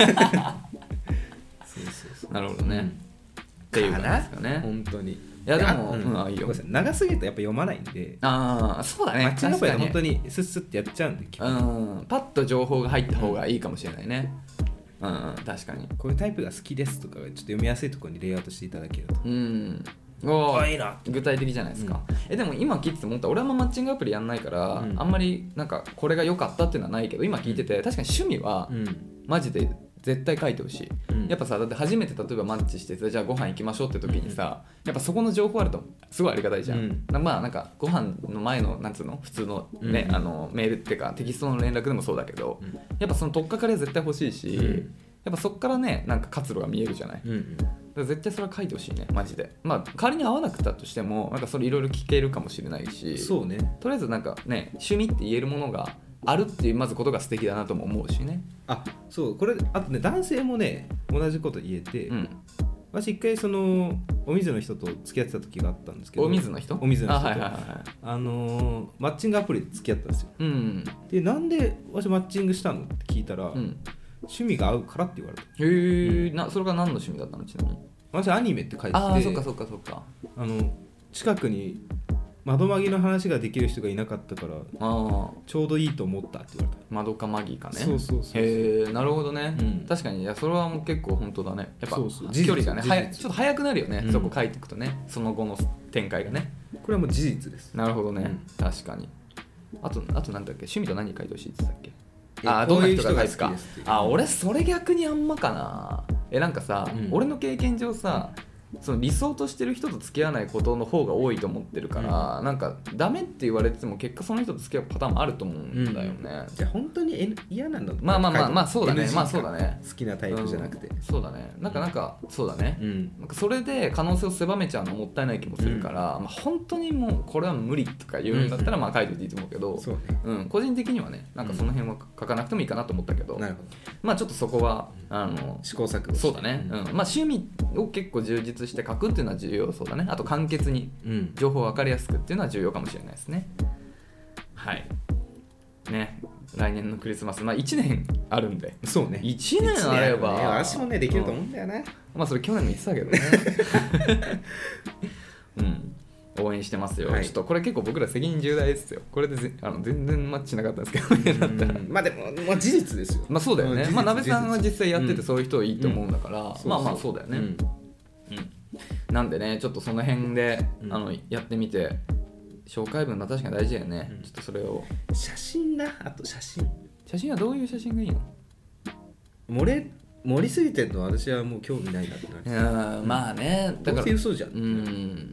そうなるほどね、うん、っていう感じですかね本当に。 いやでも、うんうん、あいいよ。 長すぎるとやっぱ読まないんで。 ああそうだね。 マッチングアプリは本当にスッスッってやっちゃうんで、 うんパッと情報が入った方がいいかもしれないね。うん、うん、確かに。 こういうタイプが好きですとかちょっと読みやすいところにレイアウトしていただけると。うんおーいいな具体的じゃないですか、うん、えでも今聞いてて思った。俺はマッチングアプリやんないから、うん、あんまりなんかこれが良かったっていうのはないけど今聞いてて確かに趣味は、うん、マジで絶対書いてほしい、うん、やっぱさだって初めて例えばマッチしてじゃあご飯行きましょうって時にさ、うん、やっぱそこの情報あるとすごいありがたいじゃん、うん、まあなんかご飯の前のなんつうの普通のね、うん、あのメールっていうかテキストの連絡でもそうだけど、うん、やっぱその取っかかりは絶対欲しいし、うん、やっぱそっからねなんか活路が見えるじゃない、うん、だから絶対それは書いてほしいねマジで。まあ仮に合わなくたとしてもなんかそれいろいろ聞けるかもしれないし、 そうねとりあえずなんかね趣味って言えるものがあるっていうまずことが素敵だなとも思うしね。 あそうこれあとね男性もね同じこと言えて、うん、私一回そのお水の人と付き合ってた時があったんですけど。 お水の人お水の人とあ、 はいはいはい、あのー、マッチングアプリで付き合ったんですよ、うん、でなんで私マッチングしたのって聞いたら、うん、趣味が合うからって言われた。 へえ、うん、それが何の趣味だったのちなみに。 私アニメって書いてて、 ああそっかそっかそっか。 あの近くに窓マギの話ができる人がいなかったからあちょうどいいと思ったって言われた。 窓かマギかね。 そうそうそう。 へえ、なるほどね、 うん、 確かに。いやそれはもう結構本当だね。やっぱそうそう距離がねはやちょっと早くなるよね、 うん、 そこ書いていくとね、その後の展開がね。 これはもう事実です。 なるほどね、うん、確かに。あとあとなんだっけ、趣味と何書いてほしいって言ってたっけ。あ、どんな人が書いてか。あ、俺それ逆にあんまかな。え、なんかさ、うん、俺の経験上さ、その理想としてる人と付き合わないことの方が多いと思ってるから、うん、なんかダメって言われても結果その人と付き合うパターンもあると思うんだよね、 うん、じゃあ本当に嫌なの。 まあまあまあまあそうだね、まあそうだね、 好きなタイプじゃなくて、 うん、そうだね、なんかなんかそうだね、 うん、 なんかそれで可能性を狭めちゃうのもったいない気もするから、うん、まあ、本当にもうこれは無理とか言うんだったらまあ書いておいていいと思うけど、 そうね、 うん、個人的にはねなんかその辺は書かなくてもいいかなと思ったけど、 なるほど、 まあちょっとそこはあの試行錯誤、 そうだね、うん、まあ趣味を結構充実して書くっていうのは重要そうだね。あと簡潔に情報分かりやすくっていうのは重要かもしれないですね。はいね、来年のクリスマス、まあいちねんあるんで、 そうね、 いちねんあれば、 ね、私もねできると思うんだよな、うん、 まあそれ去年も言ってたけどねうん、応援してますよ、はい、ちょっとこれ結構僕ら責任重大ですよ。これでぜあの全然マッチしなかったんですけどだったらまあでも、まあ、事実ですよ。 まあそうだよね、まあ鍋さんは実際やっててそういう人いいと思うんだから、うん、まあまあそうだよね、うんうん、なんでねちょっとその辺で、うん、あのやってみて、紹介文が確かに大事だよね、うん、ちょっとそれを。 写真な、あと写真写真はどういう写真がいいの？ 盛れ盛りすぎてるのは私はもう興味ないなってなる。 いやまあね、 だからどうせ嘘じゃん。 うん、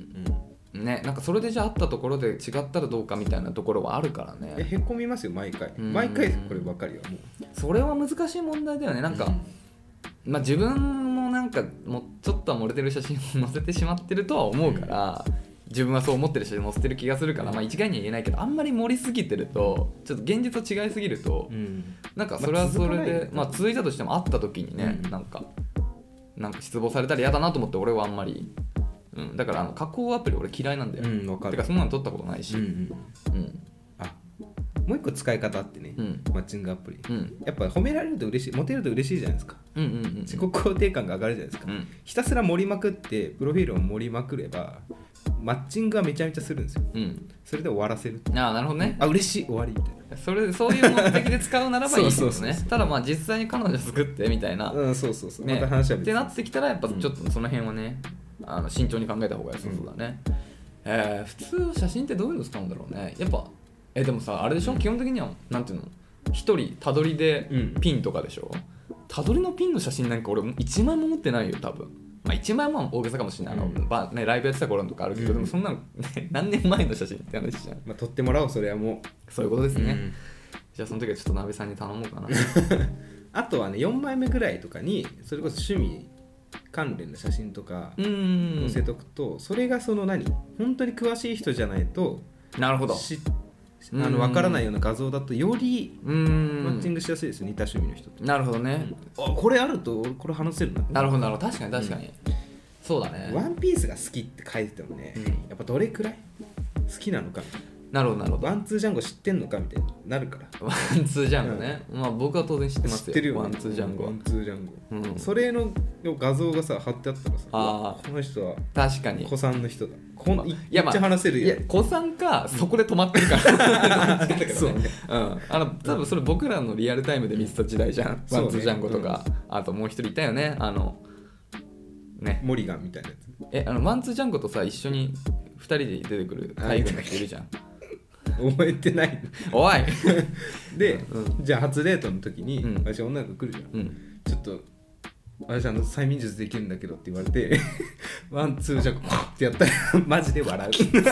うん、ね、なんかそれでじゃあ会ったところで違ったらどうかみたいなところはあるからね。 へこみますよ毎回、毎回こればっかりはもう。 それは難しい問題だよね。なんか、うん、まあ自分もなんかもうちょっとは漏れてる写真を載せてしまってるとは思うから、うん、自分はそう思ってる写真載せてる気がするから、まあ一概には言えないけど、あんまり盛りすぎてるとちょっと現実と違いすぎると、うん、なんかそれはそれで、まあ、続いたとしても会った時にね、うん、なんかなんか失望されたら嫌だなと思って俺はあんまり、うん、だからあの加工アプリ俺嫌いなんだよ、うん、分かる。てかそんなの撮ったことないし、うんうんうん、 あもう一個使い方あってね、うん、マッチングアプリ、うん、やっぱ褒められると嬉しい、モテると嬉しいじゃないですか、うんうんうんうん、自己肯定感が上がるじゃないですか、うん、ひたすら盛りまくってプロフィールを盛りまくればマッチングはめちゃめちゃするんですよ、うん、それで終わらせる。 ああなるほどね、 あ嬉しい終わりみたいな、 それそういう目的で使うならばいいですね。ただまあ実際に彼女作ってみたいな、 うん、そうそうそう、 ね、 また話は別にってなってきたらやっぱちょっとその辺はね、うん、あの慎重に考えた方が良さそうだね、うん、えー、普通写真ってどういうの使うんだろうね。やっぱえでもさあれでしょ、うん、基本的にはなんていうの一人たどりでピンとかでしょ、たどりのピンの写真なんか俺いちまいも持ってないよ多分。まあ、いちまいも大げさかもしれない、うん、あのばね、ライブやってた頃とかあるけど、うん、でもそんなの、ね、何年前の写真って話じゃん、 まあ、撮ってもらおう、それはもうそういうことですね、うん、じゃあその時はちょっと鍋さんに頼もうかなあとはねよんまいめぐらいとかにそれこそ趣味関連の写真とか載せとくと、それがその何本当に詳しい人じゃないとなるほどあの分からないような画像だとよりマッチングしやすいですよ、似た趣味の人と。 なるほどね、 うん、あこれあるとこれ話せるな。 なるほどなるほど、確かに確かに、うん、そうだね。 ワンピースが好きって書いててもね、うん、やっぱどれくらい好きなのか。 なるほどなるほど。 ワンツージャンゴ知ってんのかみたいになるから。 ワンツージャンゴね、うん、まあ僕は当然知ってますよ。 知ってるよ、 ワンツージャンゴ。 ワンツージャンゴ、うん、それの画像がさ貼ってあったらさ、 あこの人は確かに子さんの人だ、こん、 まあ、 いめっちゃ話せるよ。 いや子さんかそこで止まってるからそうね、 うん、あの多分それ僕らのリアルタイムで見てた時代じゃん、うん、ワンツージャンゴとか、うん、あともう一人いたよね、あのねモリガンみたいなやつ。 えあのワンツージャンゴとさ一緒にふたりで出てくる海軍の人いるじゃん覚えてないおいで、うん、じゃあ初デートの時に、うん、私女の子来るじゃん、うん、ちょっと私あの催眠術できるんだけどって言われてワンツーじゃこってやったらマジで笑うきつ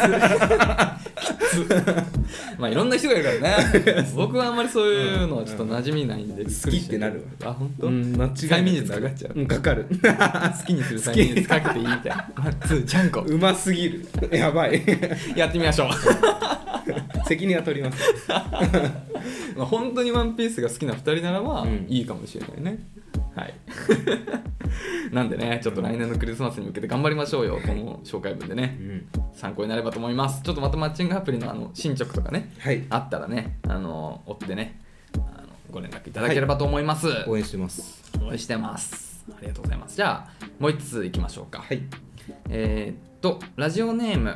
まあいろんな人がいるからね僕はあんまりそういうのはちょっと馴染みないんで、 うん、好きってなるわ。あ本当、 うん、間違い催眠術かかっちゃう、 うん、かかる好きにする催眠術かけていいみたいなワンツージャンゴうますぎるやばいやってみましょう責任は取りますまあ本当にワンピースが好きなふたりならば、うん、いいかもしれないね。はいなんでねちょっと来年のクリスマスに向けて頑張りましょうよ、はい、この紹介文でね、うん、参考になればと思います。ちょっとまたマッチングアプリのあの進捗とかね、はい、あったらねあの追ってねあのご連絡いただければと思います、はい、 応援してます応援してます。ありがとうございます。じゃあもう一ついきましょうか。 はい、 えー、っとラジオネーム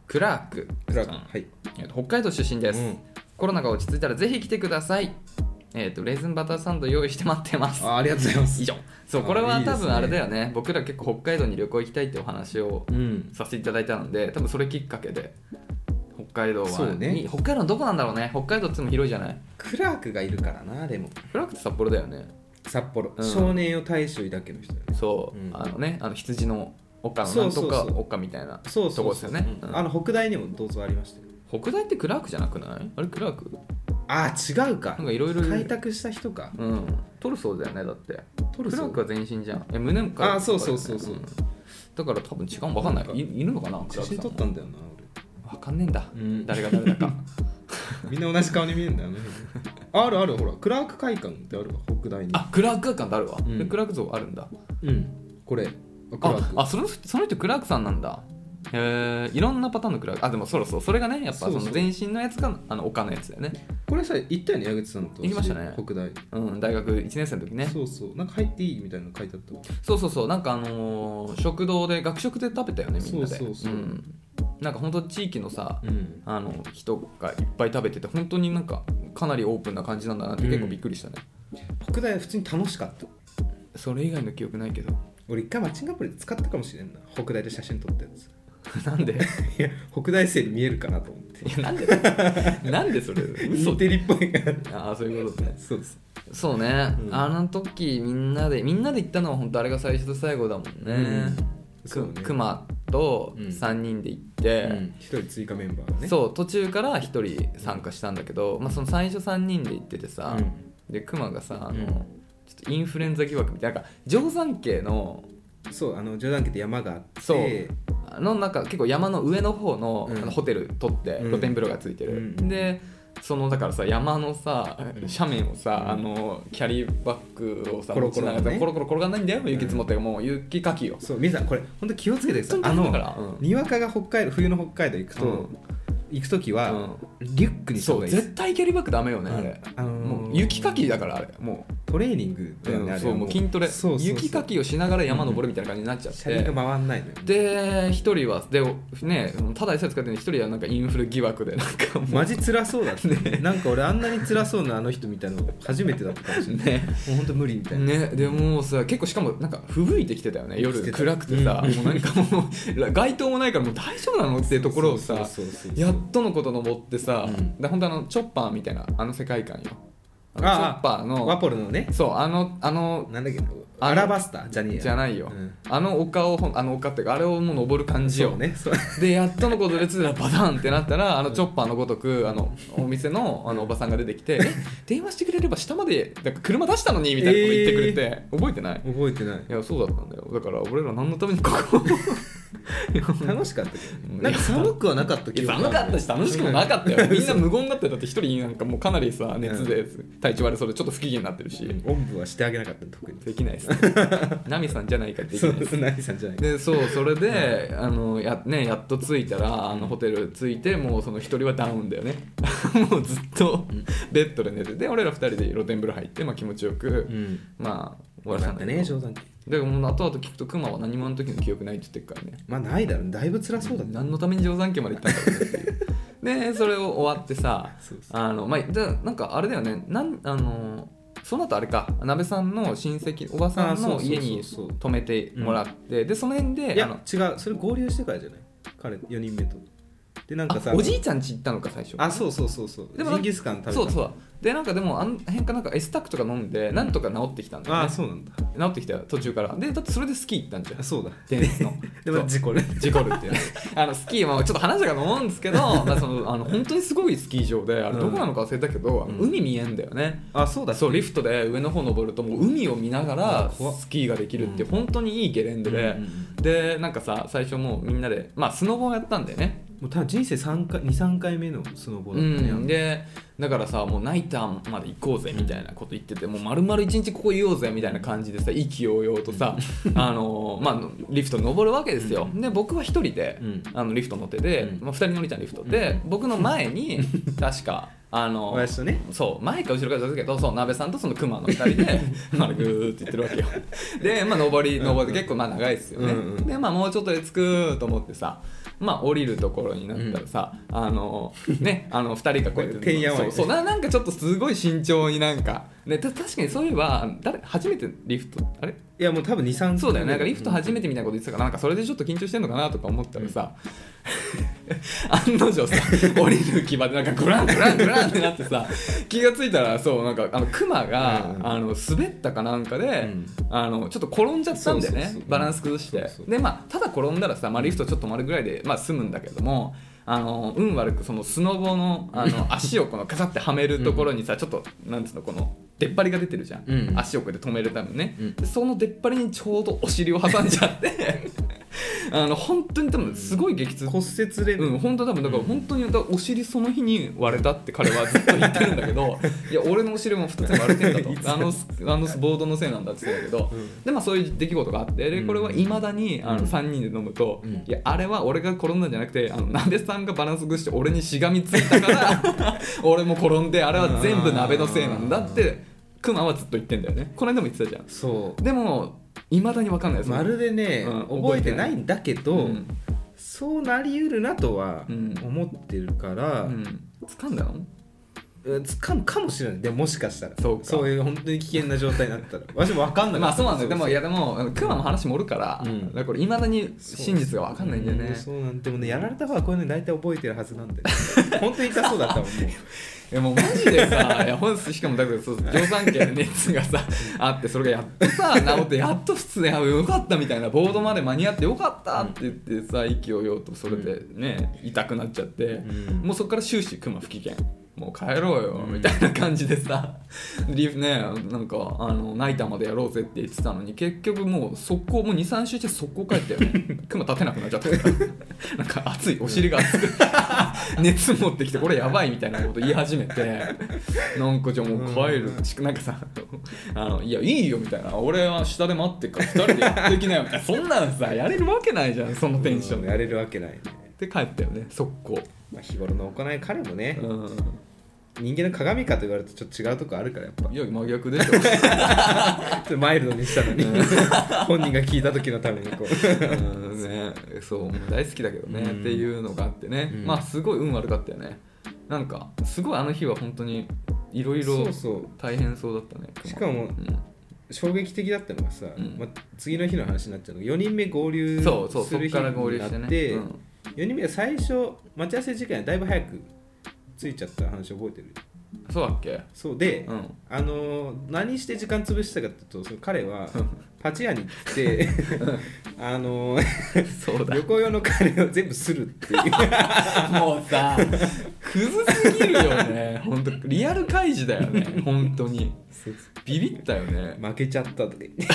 クラーククラーク、はい、 えー、と北海道出身です、うん、コロナが落ち着いたらぜひ来てください。えー、とレーズンバターサンド用意して待ってます。 あ, ありがとうございます。 以上。そう、これは多分あれだよね、いいね、僕ら結構北海道に旅行行きたいってお話をさせていただいたので、うん、多分それきっかけで北海道は、そうね、北海道のどこなんだろうね。北海道っても広いじゃない。 クラークがいるからな。でもクラークって札幌だよね。 札幌、うん、少年よ大将だけの人だよね。 そう、うん、あのね、あの羊の丘のなんとか丘みたいなとこですよね。 あの北大にも銅像ありましたよ。 北大ってクラークじゃなくない？あれクラーク？ あー違うか。 なんかいろいろ開拓した人か。 うん。トルソーだよね。だってトルソークラークは全身じゃん。え胸もか。あそうそうそうそう、うん、 だから多分違う分かんない。い, いるのかな。 写真撮ったんだよな俺。分かんねえんだ、うん、誰が誰だかみんな同じ顔に見えるんだよね。あるある、ほらクラーク会館ってあるわ北大に。 あクラーク会館ってあるわ、うん、でクラーク像あるんだ。 うんこれああそのその人クラークさんなんだ。へえ、いろんなパターンのクラーク。あでもそろそろそれがねやっぱその全身のやつがあの丘のやつだよね。 これさ行ったよね矢口さんと。 行きましたね北大。 うん大学いちねん生の時ね。 そうそうなんか入っていいみたいなの書いてあった。 そうそうそうなんかあのー、食堂で学食で食べたよねみんなで。 そうそうそう、うん、 なんか本当地域のさ、うん、あの人がいっぱい食べてて本当になんかかなりオープンな感じなんだなって結構びっくりしたね、 うん、北大は普通に楽しかった。 それ以外の記憶ないけど。 俺一回マッチングアプリで使ったかもしれんな北大で写真撮ったやつ。 なんでいや北大生に見えるかなと思って。 いやなんでなんでそれインテリっぽいからああそういうことね。 そうです。 そうね、うん、あの時みんなでみんなで行ったのは本当あれが最初と最後だもんね、うんそうね、くまとさんにんで行って、うんうん、 ひとり追加メンバーがね。そう途中からひとり参加したんだけど、まあ、その最初さんにんで行っててさ、うん、でくまがさあの、うん、ちょっとインフルエンザ疑惑みたいな、なんか定山渓のそうあの定山渓って山があって、 そうあのなんか結構山の上の方 の,、うん、あのホテル取って露天風呂がついてる、うん、でそのだからさ山のさ斜面をさ、うん、あのキャリーバッグをさコロコロ、ね、 コロコロ転がんないんだよ雪積もって、うん、もう雪かきよ。 そう皆さんこれ本当気をつけてください。あの、うん、にわかが北海道冬の北海道行くと、うん行くときは、うん、リュックにした方がいいです。 絶対キャリーバッグダメよね、うん、あれ、あのー、もう雪かきだからあれもうトレーニングだよね、うん、あれそうもう筋トレそうそうそう雪かきをしながら山登るみたいな感じになっちゃって、 車輪が回んないのよ、ね、 で一人はでねただでさえ使ってる一人はなんかインフル疑惑でなんかもうマジ辛そうだったねなんか俺あんなに辛そうなあの人みたいなの初めてだったかもしれないねもうほんと無理みたいなね。でもさ結構しかもなんか吹雪いてきてたよね夜暗くてさ、うん、もうなんかもう街灯もないからもう大丈夫なのっていうところをさやっとのこと登ってさ、うん、で本当あのチョッパーみたいなあの世界観よ。あのチョッパーのワポルのねそうあのあのなんだっけアラバスタじゃねえやじゃないよ、うん、あの丘をあの丘っていうかあれをもう登る感じよ。 そうねそうでやっとのことでつらバタンってなったらあのチョッパーのごとくあのお店のあのおばさんが出てきてえ電話してくれれば下までだから車出したのにみたいなこと言ってくれて、えー、覚えてない覚えてない。 いやそうだったんだよ。だから俺ら何のためにここ楽しかったけどなんか寒くはなかったけど寒かったし楽しくもなかったよみんな無言だってだって一人なんかもうかなりさ熱で体調悪そうでちょっと不機嫌になってるし、 うん、おんぶはしてあげなかった特にできないですねナミさんじゃないかできないですナミさんじゃないでそうそれで、うん、あの や, ね、やっと着いたらあのホテル着いてもうその一人はダウンだよねもうずっとベッドで寝てで俺ら二人で露天風呂入って、まあ、気持ちよく、うん、まあ終わらせたんだけどね冗談でも後々聞くとクマは何もあの時の記憶ないって言ってるからね。 まあないだろだいぶ辛そうだね何のために定山渓まで行ったんだろうっていうでそれを終わってさそうそうあの、まあ、じゃなんかあれだよねなんあのその後あれか鍋さんの親戚おばさんの家に泊めてもらってでその辺でいやあの違うそれ合流してからじゃない彼よにんめとでなんかさおじいちゃん家行ったのか最初。 あそうそうそうそうでもジンギスカン食べたそうそうでなんかでもあの辺かなんかエスタックとか飲んでなんとか治ってきたんだよね。 あそうなんだ治ってきたよ途中からでだってそれでスキー行ったんじゃん。 そうだ伝説のでも事故る事故るっていうねあのスキーもちょっと話したかと思うんですけどまあそのあの本当にすごいスキー場であれどこなのか忘れたけど、うん、海見えんだよね。 あそうだそうリフトで上の方登るともう海を見ながらスキーができるっていう本当にいいゲレンデで、うん、でなんかさ最初もうみんなでまあスノボをやったんだよね。 もう多分人生にさんかいめのスノボだったね、 うん、でだからさもうナイターまで行こうぜみたいなこと言っててもう丸々一日ここいようぜみたいな感じでさ意気揚々とさあの、まあ、リフト登るわけですよ。で僕は一人で、うん、あのリフト乗ってて、うんまあ、ふたり乗りちゃんリフトで、うん、僕の前に確かあのとね、 そう前か後ろかだけどそう鍋さんとその熊のふたりでまあグーって言ってるわけよでまあ登り登り結構まあ長いですよね、うんうん、でまあもうちょっとで着くと思ってさまあ降りるところになったらさ、うん、あのねあのふたりがこうやっててんやわんやそうそう な, なんかちょっとすごい慎重になんか、ね、た確かにそういえば誰初めてリフトあれいやもう多分にさんそうだよねなんかリフト初めてみたいなこと言ってたからなんかそれでちょっと緊張してんのかなとか思ったらさ、うん、案の定さ降りる気場でなんかグラングラングランってなってさ気がついたらそうなんかあのクマが、うん、あの滑ったかなんかで、うん、あのちょっと転んじゃったんでねバランス崩して、そうそうでまあただ転んだらさ、まあ、リフトちょっと止まるぐらいで、まあ、済むんだけどもあの運悪くそのスノボ の, あの足をこのカサってはめるところにさ、うん、ちょっとなんつうのこの出っ張りが出てるじゃん、うん、足をこうやって止めるためにね、うん、でその出っ張りにちょうどお尻を挟んじゃってあの本当に多分すごい激痛、 骨折レベル、 うん、本当多分だから本当にだからお尻その日に割れたって彼はずっと言ってるんだけどいや俺のお尻もふたつ割れてんだとあのあのボードのせいなんだって言ってたけど、うん、でまあそういう出来事があってでこれはいまだにあのさんにんで飲むと、うん、いやあれは俺が転んだんじゃなくてあの鍋さんがバランス崩して俺にしがみついたから俺も転んであれは全部鍋のせいなんだってクマはずっと言ってんだよね。この間も言ってたじゃん。 そうでもいまだに分かんないです。 まるでね、うん、覚えてないんだけど、うん、そうなりうるなとは思ってるから、うんうん、 掴んだの掴むかもしれない。でももしかしたらそうかそういう本当に危険な状態になったら私も分かんないまあそうなんだよ。でもいやでもクマも話もおるから、うん、だからこれいまだに真実が分かんないんだよね。 そう、そうなんでもねやられた方はこういうのに大体覚えてるはずなんで本当に痛そうだったもんもういやもうマジでさいやほんしかもだけどそう定山系の熱がさあってそれがやっとさ治ってやっと普通でよかったみたいなボードまで間に合ってよかったって言ってさ意気揚々とそれでね痛くなっちゃって、うん、もうそこから終始クマ不機嫌もう帰ろうよみたいな感じでさリーフねなんかあのナイターまでやろうぜって言ってたのに結局もう速攻もう にさん週して速攻帰ったよねクマ立てなくなっちゃったからなんか熱いお尻が熱く熱持ってきてこれやばいみたいなこと言い始めてなんかじゃあもう帰るなんかさあのいやいいよみたいな俺は下で待ってっからふたりでやってきなよみたいなそんなんさやれるわけないじゃんそのテンションでやれるわけないねで帰ったよね速攻、 まあ、日頃の行い彼もね、 うん、 人間の鏡かと言われるとちょっと違うとこあるからやっぱいや真逆でしょマイルドにしたのに本人が聞いた時のためにこう、 うんね、そう大好きだけどね、うん、っていうのがあってね、うん、まあすごい運悪かったよねなんかすごいあの日は本当にいろいろ大変そうだったねしかも、うん衝撃的だったのがさ、うんまあ、次の日の話になっちゃうのがよにんめ合流する日になって、うん、よにんめが最初待ち合わせ時間にだいぶ早く着いちゃった話覚えてる？ そうだっけ？ そうで、 うん、 あの何して時間潰したかっていうとその彼はパチ屋に行ってあのそうだ旅行用のカレーを全部するっていうもうさクズすぎるよね本当リアル開示だよね本当にビビったよね負けちゃったとか言って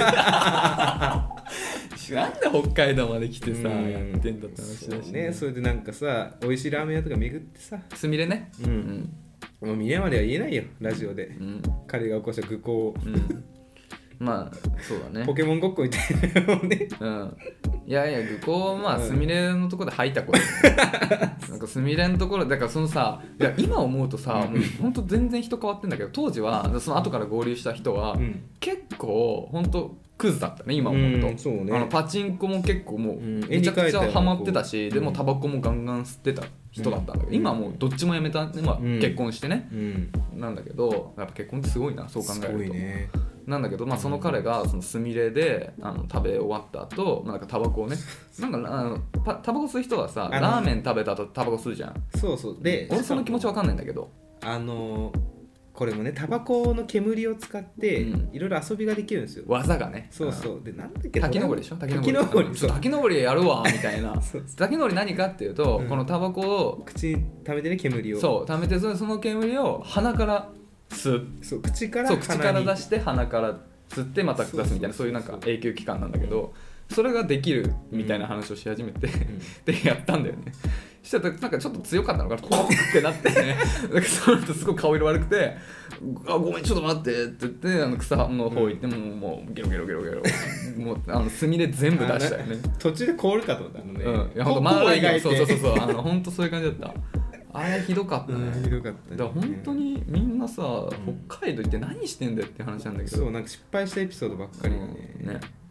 なんで北海道まで来てさやってんだって話だしね, ねそれでなんかさ美味しいラーメン屋とか巡ってさすみれねうん、うん、もう峰までは言えないよラジオで、うん、彼が起こした愚行を、 うんまあそうだねポケモンごっこみたいなのねうんいやいや愚行まあすみれのところで吐いたことなんかすみれのところだからそのさいや今思うとさもうほんと全然人変わってんだけど当時はその後から合流した人は、うん、結構ほんとクズだったね今思うと、うんそうね、あのパチンコも結構もうめちゃくちゃハマってたし、うん、でもタバコもガンガン吸ってた人だったんだけど、うん、今はもうどっちもやめた、まあうん、結婚してね、うん、なんだけどやっぱ結婚ってすごいなそう考えるとすごいねなんだけど、まあ、その彼がそのスミレであの食べ終わった後なんかタバコをねなんかあのパタバコ吸う人はさラーメン食べた後タバコ吸うじゃんそうそうで俺その気持ちわかんないんだけどあのこれもねタバコの煙を使っていろいろ遊びができるんですよ、 うん、技がねそうそうでなんだっけ滝登りでしょ滝登り滝登りやるわみたいな滝登り何かっていうと、うん、このタバコを口に溜めてね煙をそう溜めてその煙を鼻から吸うそう口からそう口から出して鼻から吸ってまた出すみたいなそういうなんか永久期間なんだけどそれができるみたいな話をし始めて、うん、でやったんだよねそしたらなんかちょっと強かったのかなコーってなってねなんかその後すごい顔色悪くてあごめんちょっと待ってって言ってあの草の方行って、うん、もうもうゲロゲロゲロゲロもうあの墨で全部出したよね途中で凍るかと思ったのね、 うん、いやほんとマーライオンそうそうそうそうあの本当そういう感じだったあれひどかったね、 うん、ひどかったねだから本当にみんなさ、うん、北海道行って何してんだよって話なんだけどそうなんか失敗したエピソードばっかりがね、 うん、ね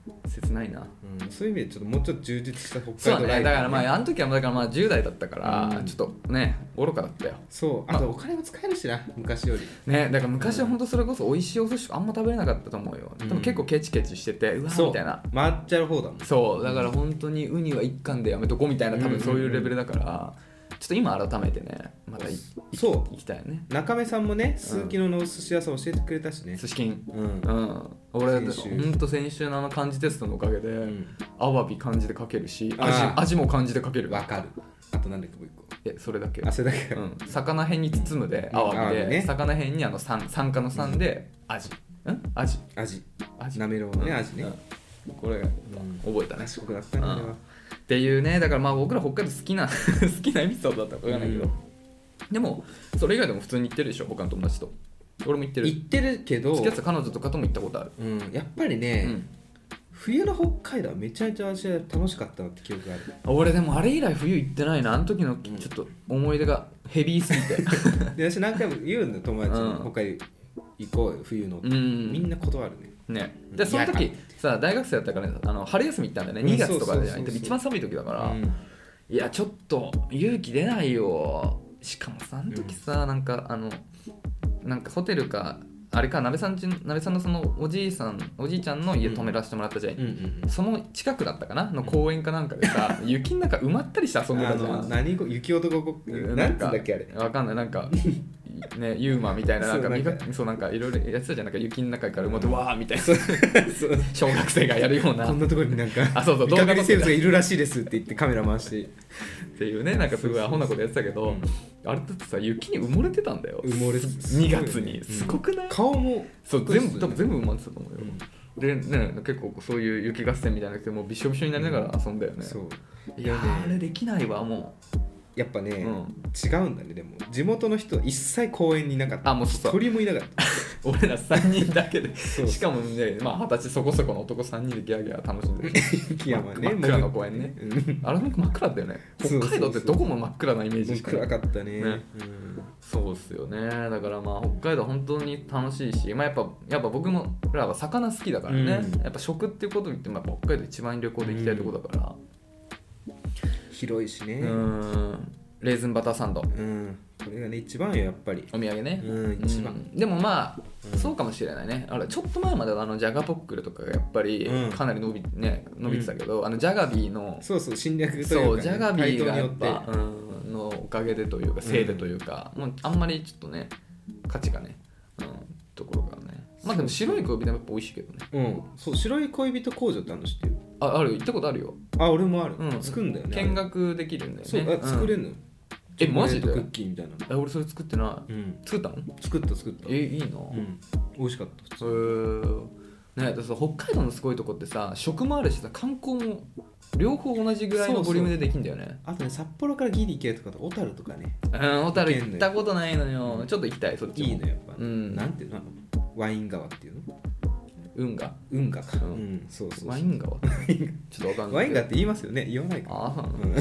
切ないな、 うん、そういう意味でちょっともうちょっと充実した北海そうね、 道ライフ、 だからまああの時はだからまあじゅう代だったから、うん、ちょっとね愚かだったよ。 そう、あとお金も使えるしな、昔よりね。だから昔は本当それこそ美味しいお寿司あんま食べれなかったと思うよ、うん、でも結構ケチケチしててうわみたいな回っちゃう方だもん。 そうだから本当にウニは一貫でやめとこうみたいな多分そういうレベルだから、ちょっと今改めてねまたいそう行きたいよね。 中目さんもねスーキノのお寿司屋さん教えてくれたしね。 寿司金、 うんうん、俺ほんと先週のあの漢字テストのおかげで、うん、アワビ漢字で書けるし 味, 味も漢字で書ける。 わかる。あと何だっけもう一個。 えそれだけ。 あそれだけ、 うん、魚辺に包むでアワビで、ね、魚辺にあの酸酸化の酸で味、うん、味味味なめろうのね、 うん、 味ね、 うん、これ、うん、覚えたね。 賢くなったね、あれは。 っていうね。だからまあ僕ら北海道好きな好きなエピソードだったか分かんないけど、うん、でもそれ以外でも普通に行ってるでしょ他の友達と。俺も行ってる行ってるけど付き合ってた彼女とかとも行ったことある、 うん、やっぱりね、うん、冬の北海道はめちゃめちゃ私は楽しかったなって記憶がある。 俺でもあれ以来冬行ってないな。あの時のちょっと思い出がヘビーすぎてで私何回も言うんだよ友達に、うん、北海道行こうよ冬のって、うん、みんな断るね。 ね、でその時さ大学生だったから、ね、あの春休み行ったんだよね、うん、にがつとかで一番寒い時だから、うん、いやちょっと勇気出ないよ。しかもさあの時さ、うん、なんかあのなんかホテルかあれか鍋さんち鍋さんのそのおじいさんおじいちゃんの家泊めらせてもらったじゃん、うんうんうん、その近くだったかなの公園かなんかでさ、うん、雪の中埋まったりして遊んでたじゃん。 何雪男ごっこなんつうんだっけあれわかんないなんかね、ユーマみたいななんかそうなんかいろいろやってたじゃん。なんか雪の中から埋まってわーみたいな小学生がやるようなこんなところになんかあそうそう動画生物がいるらしいですって言ってカメラ回してっていうねなんかすごいアホなことやってたけど、うん、あれだってさ雪に埋もれてたんだよ。 埋もれてにがつにすごくない、うん、 顔もそう全部多分全部埋まってたと思うよ、うん、でね結構そういう雪合戦みたいなくてもうびしょびしょになりながら遊んだよね、うん、そういや、ね、あれできないわもう。 やっぱね、うん、違うんだね。でも地元の人は一切公園にいなかった。 あもう一人もいなかった俺らさんにんだけでしかもねまあ二十歳そこそこの男さんにんでギャーギャー楽しんでる雪山ね真っ暗な公園ね、うん、あれも真っ暗だよね。北海道ってどこも真っ暗なイメージしかない。 暗かったね、ねうん、 そうっすよね。だからまあ北海道本当に楽しいし、まあ、やっぱやっぱ僕もらは魚好きだからね、うん、やっぱ食っていうことを言ってもやっぱ北海道一番旅行で行きたいところだから、 うん、広いしね。 うんレーズンバターサンド、 うん、これがね一番よやっぱりお土産ね、 うん、一番、うん、 でもまあ、うん、そうかもしれないね。あれちょっと前まであのジャガポックルとかがやっぱりかなり伸び、ね、伸びてたけど、うん、あのジャガビーのそうそう侵略というか、 ね、そうジャガビーがやっぱ、うん、のおかげでというかせいでというか、うん、もうあんまりちょっとね価値がね、うん、ところがね。まあでも白い恋人もやっぱ美味しいけどね。 うんそう白い恋人工場ってあるの知ってる？ あある行ったことあるよ。 あ俺もある、 うん、 作るんだよね。 見学できるんだよね。 そうあ作れるのよ、うんえマジでクッキーみたいな。 え俺それ作ってない、うん、作ったの？ 作った作ったえいいな、うん、 美味しかった普通。 へーね、だから北海道のすごいとこってさ食もあるしさ観光も両方同じぐらいのボリュームでできるんだよね。そうそうあとね札幌からギリ行けるとか小樽とかね。 うん小樽行ったことないのよ、うん、ちょっと行きたいそっちも。 いいのやっぱ、 うん、 なんていうのワイン川っていうの運河運河か、 うんうん、そうそうそうワイン川ちょっとわかんない。 ワイン川って言いますよね。言わないかああ、うん、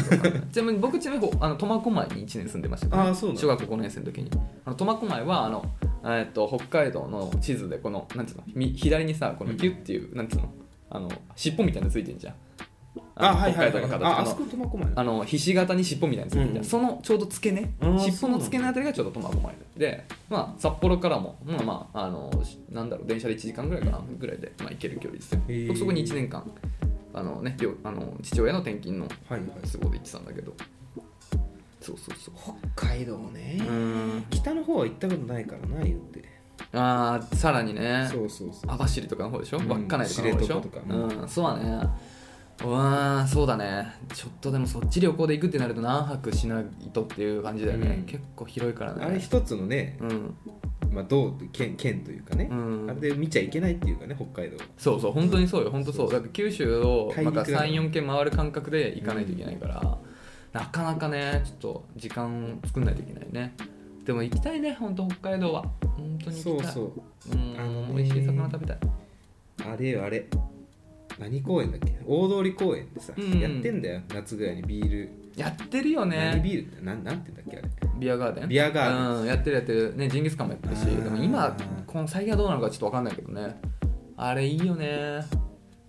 ちなみに僕ちなみにあの苫小牧にいちねん住んでましたけど、ね、 あそうなの。 小学校ごねん生の時にあの苫小牧はあの、えー、っと北海道の地図でこのなんつうの左にさこのキュッっていう、うん、なんつうのあの尻尾みたいなのついてんじゃん。 あはいはいはい、 北海道の形ああそこ苫小牧あのひし形に尻尾みたいなのついてるじゃん、うん、そのちょうど付け根尻尾の付け根あたりがちょうど苫小牧で、まあ、札幌からも、まあまあ、あのなんだろう電車でいちじかんぐらいかなぐらいで、まあ、行ける距離ですよ。僕そこにいちねんかんあの、ね、あの父親の転勤の都合で行ってたんだけど、はいはい、そうそうそう北海道ねうん北の方は行ったことないからな言ってああさらにねそうそうそう網走とかの方でしょ、うん、稚内とかの方でしょ、 とか、 うん、そうだねうわそうだねちょっとでもそっち旅行で行くってなると何泊しないとっていう感じだよね、うん、結構広いからねあれ一つのね、うんまあ、道県、県というかね、うん、あれで見ちゃいけないっていうかね北海道そうそう本当にそうよ本当そうだって九州をなんかさん、よんけん回る感覚で行かないといけないから、うん、なかなかねちょっと時間作んないといけないね。でも行きたいね本当北海道は本当に行きたい。そうそううんあのー、美味しい魚食べたい。 あれよあれ何公園だっけ大通公園でさ、うん、やってんだよ夏ぐらいにビールやってるよね。 何ビールってなんなんて言うんだっけあれビアガーデンビアガーデン、 うん、やってるやってるねジンギスカンもやってるしでも今この最近はどうなのかちょっと分かんないけどねあれいいよね。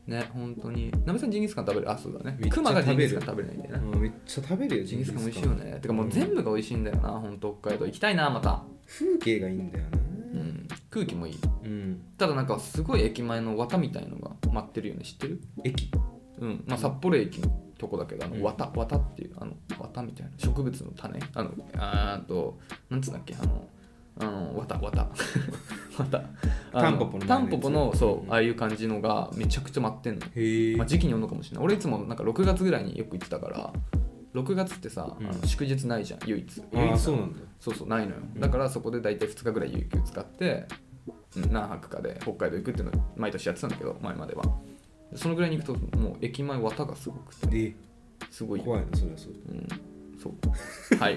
ね本当になべさんジンギスカン食べるあそうだねめっちゃクマがジンギスカン食食べれないんだよね、 うん、めっちゃ食べるよジンギスカン美味しいよねてかもう全部が美味しいんだよな本当北海道行きたいなまた風景がいいんだよな、 うん、空気もいい、 うん、 ただなんかすごい駅前の綿みたいのが待ってるよね知ってる駅うんまあ、札幌駅のとこだけどあの綿綿っていうあの綿みたいな植物の種あのあーとなんつうんだっけあのあの綿綿綿タンポポのタンポポのそうああいう感じのがめちゃくちゃ待ってんのへえ、 まあ、時期によるのかもしれない俺いつもなんかろくがつぐらいによく行ってたからろくがつってさ、うん、あの祝日ないじゃん唯一唯一あそうなんだそうそうないのよだからそこで大体ふつかぐらい有給使って、うん、何泊かで北海道行くっていうのを毎年やってたんだけど前まではそのぐらいに行くともう駅前綿がすごくてすごい怖いなそれはそう、 うん、そうはい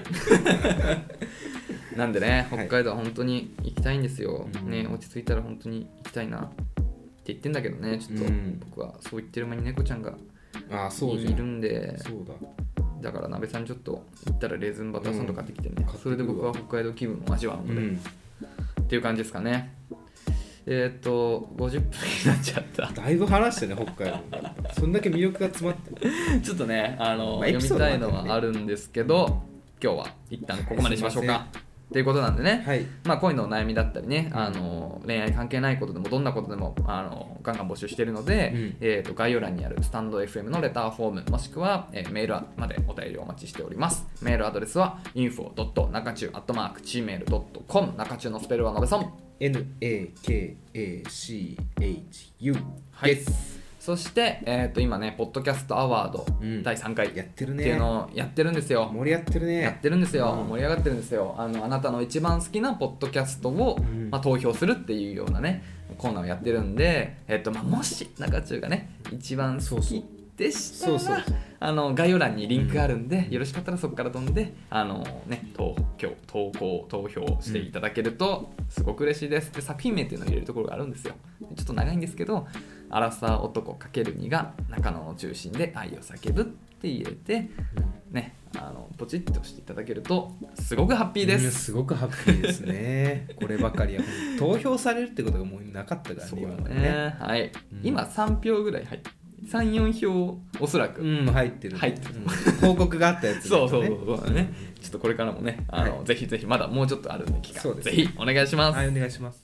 なんでね北海道は本当に行きたいんですよ、はい、ね落ち着いたら本当に行きたいなって言ってんだけどねちょっと僕はそう言ってる間に猫ちゃんがあそういるんでそうだだから鍋さんちょっと行ったらレーズンバターサンド買ってきてね、うん、それで僕は北海道気分を味わうので、うん、っていう感じですかねえっ、ー、とごじゅっぷんになっちゃっただいぶ話してね北海道そんだけ魅力が詰まってるちょっとねあの、まあ、読みたいのはあるんですけど今日は一旦ここまでしましょうか、はいということなんでね、はいまあ、恋のお悩みだったりねあの恋愛関係ないことでもどんなことでもあのガンガン募集しているので、うんえー、と概要欄にあるスタンド エフエム のレターフォームもしくは、えー、メールまでお便りをお待ちしておりますメールアドレスは インフォドットナカチューアットマークジーメールドットコム 中中のスペルはなべさんエヌエーケーエーシーエイチユー です、はいそして、えー、と今ねポッドキャストアワード、うん、だいさんかいやってるねっていうのをやってるんですよ盛り上がってるねやってるんですよ、うん、盛り上がってるんですよあのあなたの一番好きなポッドキャストを、うんまあ、投票するっていうようなねコーナーをやってるんで、えーとまあ、もし中中がね一番好きでしたらそうそうそうあの概要欄にリンクあるんで、うん、よろしかったらそこから飛んであの、ね、投票投稿投票していただけるとすごく嬉しいですで作品名っていうのを入れるところがあるんですよちょっと長いんですけどアラサー男×にが中野の中心で愛を叫ぶって入れて、うんね、あのポチッと押していただけるとすごくハッピーです、 うん、すごくハッピーですねこればかりは投票されるってことがもうなかったからねそうだね、ねはい、うん、今さんぴょうぐらい入ってさん、よんひょうおそらく、 うん、入ってる入ってる、 うん、報告があったやつ、ね、 そうそうそうそうねちょっとこれからもねあの、はい、ぜひぜひまだもうちょっとあるんで期間ぜひお願いしますはいお願いします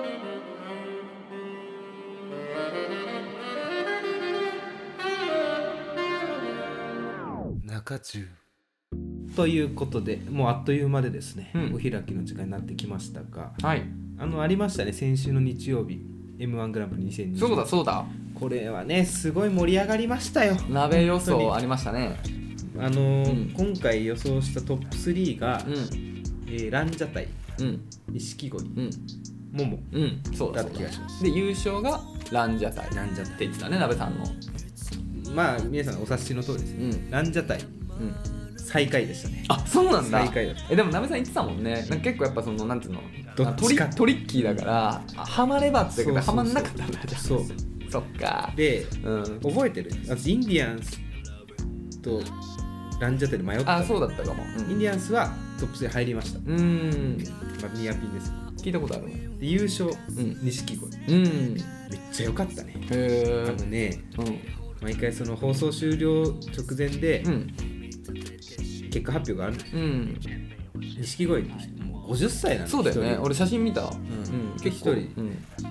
中中ということでもうあっという間でですね、うん、お開きの時間になってきましたが、 はい、 あのありましたね先週の日曜日 エムワン グランプリにせんにじゅうそうだそうだこれはねすごい盛り上がりましたよ鍋予想ありましたねあのーうん、今回予想したトップスリーが、うんえー、ランジャタイ、うん、錦鯉、うん、モモ、 うん、そうだった気がしますで優勝がランジャタイランジャタイって言ってたね鍋さんのまあ皆さんお察しの通りですね、うん、ランジャタイ、うん、最下位でしたねあそうなんだ最下位だったえでも鍋さん言ってたもんねなんか結構やっぱそのなんていうのどっちかトリッキーだからハマればって言うけどハマんなかったんだじゃんそうそっかで、うん、覚えてる私インディアンスとランジャタイで迷ったあそうだったかも、 うん、インディアンスはトップスリー入りましたうんまあニアピンです聞いたことあるねで優勝錦鯉、うん、めっちゃ良かったねへあのね、うん、毎回その放送終了直前で、うん、結果発表がある錦鯉、うん、もうごじゅっさいなんですそうだよね俺写真見た、うんうん、 結構一人、うん、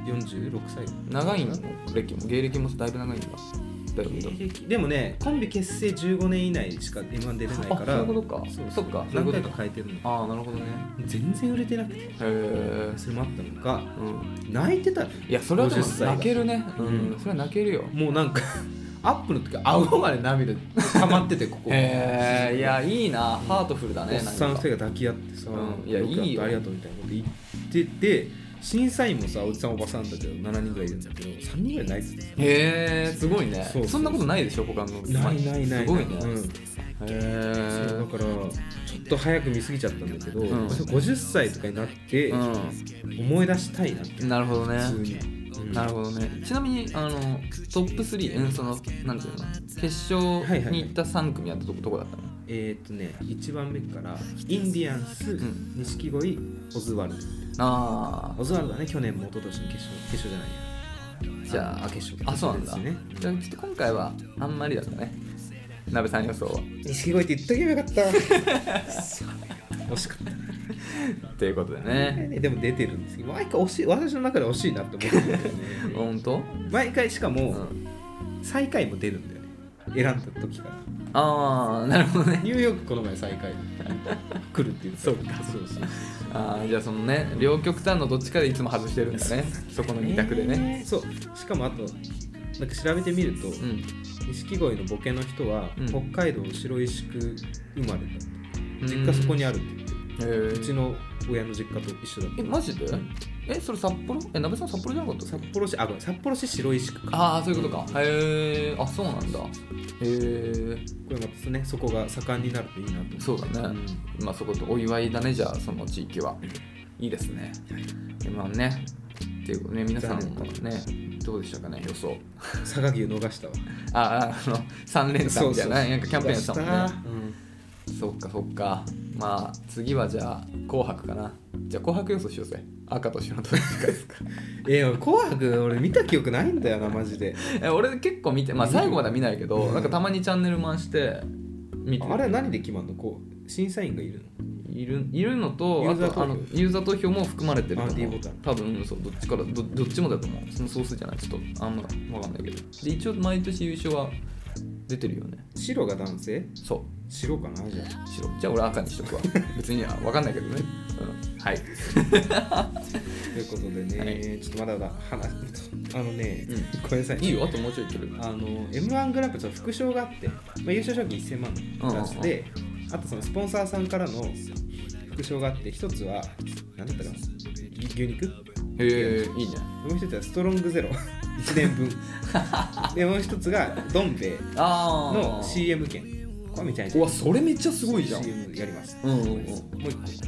よんじゅうろくさい長いの歴も芸歴もだいぶ長いんだでもねコンビ結成じゅうごねん以内しか エムワン 出れないからそういうことかそうそっか何回か変えてるのああなるほどね全然売れてなくてへえそれもあったのか、うん、泣いてたのいやそれはでも泣けるねうん、うん、それは泣けるよもうなんかアップの時顎まで涙溜まっててここへえいやいいなハートフルだねおっさんふたりが抱き合ってさ、 うん、いやいいよありがとうみたいなこと言ってて審査員もさおじさんおばさんだけどしちにんぐらいいるんだけどさんにんぐらいないっすねへえすごいね そ, そうそんなことないでしょ他のないないないすごいね、 うん、へえだからちょっと早く見過ぎちゃったんだけど、うん、ごじゅっさいとかになって、うん、思い出したいなってなるほどね普通に、うん、 なるほどねちなみにあのトップスリー、うん、そのなんていうの決勝に行ったさん組はどこ、どこだったのえー、っとねいちばんめからインディアンス錦鯉、うん、オズワルドあオズワルドはね去年も一昨年の決勝決勝じゃないやじゃああ決勝あそうなんだ、 ね、 じゃあちょっと今回はあんまりだったね、鍋さん予想は。 錦鯉って言っとけばよかった惜しかったということでねでも出てるんですけど、毎回惜しい、私の中で惜しいなって思ってるんだよね本当毎回しかも、 うん、 最下位も出るんだよね、選んだ時から。 ああなるほどね。 ニューヨークこの前最下位来るって言ってそうかそうそうああじゃあそのね両極端のどっちかでいつも外してるんだねそこの二択でね。 そうしかもあとなんか調べてみると錦鯉、うん、のボケの人は、うん、北海道白石区生まれだった、実家そこにあるって言ってる、うちの親の実家と一緒だった。 えマジで、うん、えそれ札幌え鍋さん札幌じゃなかった？ 札幌市あごめん札幌市白石区か。 ああそういうことか、うん、へえあそうなんだへえこれまたねそこが盛んになるといいなと。 そうだね、うん、まあそことお祝いだね。じゃあその地域は、うん、いいですね、はい、まあねっていうね皆さんもねどうでしたかね予想佐賀牛逃したわああのさん連単みたいななんかキャンペーンしたもんね。 うん、 そっかそっか。まあ次はじゃあ紅白かな。じゃあ紅白予想しようぜ。赤と白とどっちかですかえー、紅白俺見た記憶ないんだよなマジでえ俺結構見てまあ最後までは見ないけど、うん、なんかたまにチャンネル回して見て。 あれは何で決まるの？こう審査員がいるの？ いるいるのと、あとあのユーザー投票も含まれてると思う。多分そうどっちから ど, どっちもだと思う。その総数じゃないちょっとあんま分かんないけど。で一応毎年優勝は出てるよね。 白が男性？ そう。 白かなじゃあ。 白。じゃあ俺赤にしとくわ。別には分かんないけどね。うん、はい。 ということでね、はい、ちょっとまだまだ話あのね、うん、ごめんなさい。 いいよあともうちょいいける。 あの エムワン グランプリの副賞があって、まあ、優勝賞金せんまんのやつで、あとそのスポンサーさんからの副賞があって、一つは何だったかな牛肉。 へえいいね。 もう一つはストロングゼロいちねんぶんでもう一つがどん兵衛の シーエム 券。これめちゃめちゃうわそれめっちゃすごいじゃん。 シーエム やります、 うんうんうん、もう一個なんか忘れちゃ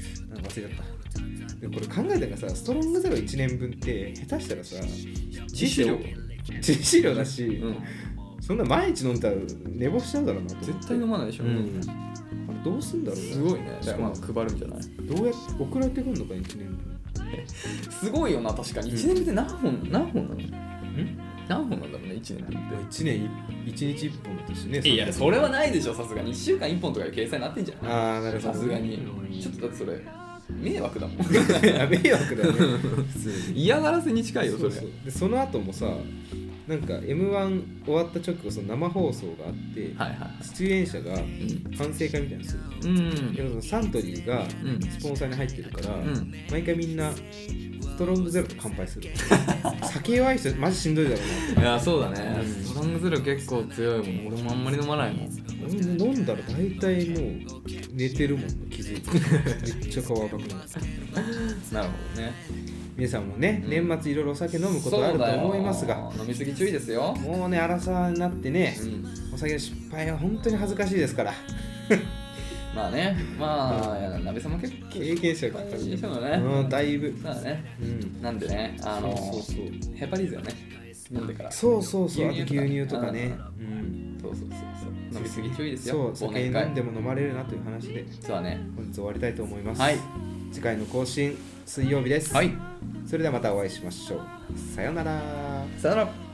ったでこれ考えたらさストロングゼロいちねんぶんって下手したらさ致死量致死量だし、 うん、 そんな毎日飲んだら寝坊しちゃうだろうなと思って。 絶対飲まないでしょ、うん、 あれどうすんだろうね。 すごいね。だからまあ配るんじゃない。 どうやって送られてくるのかいちねんぶんすごいよな確かに。いちねんぶんって何本何本なの？ん何本なんだろうねいちねんぶんって。 いちねんいちにちいっぽんだしね。 いやそれはないでしょさすがに。いっしゅうかんいっぽんとかいう計算になってんじゃん。 ああなるほどさすがに、うん、ちょっとだってそれ迷惑だもん迷惑だね普通に嫌がらせに近いよそれ。 そうそうでその後もさなんか エムワン 終わった直後その生放送があって、 はいはい、 出演者が反省会みたいなのする、うん、でもサントリーがスポンサーに入ってるから、うん、毎回みんなストロングゼロで乾杯する酒弱い人マジしんどいだろうな。 いやそうだね、うん、ストロングゼロ結構強いもん。俺もあんまり飲まないもん。 飲んだら大体もう寝てるもん気づいてめっちゃ顔赤くなるなるほどね。 皆さんもね、うん、年末いろいろお酒飲むことあると思いますが飲みすぎ注意ですよ。 もうね荒さになってね、うん、お酒の失敗は本当に恥ずかしいですからまあねまあ、うん、鍋さんも結構経験者が経験者だね、 うん、だいぶそうだね、うん、なんでねあのそうそうそうヘパリーゼをね飲んでからそうそうそう牛乳、牛乳とかね、うん、 そうそうそうそう飲みすぎ注意ですよ。 そう酒飲んでも飲まれるなという話でそうだね本日終わりたいと思います。 はい、 次回の更新水曜日です。 はい、 それではまたお会いしましょう。さよなら。 さよなら。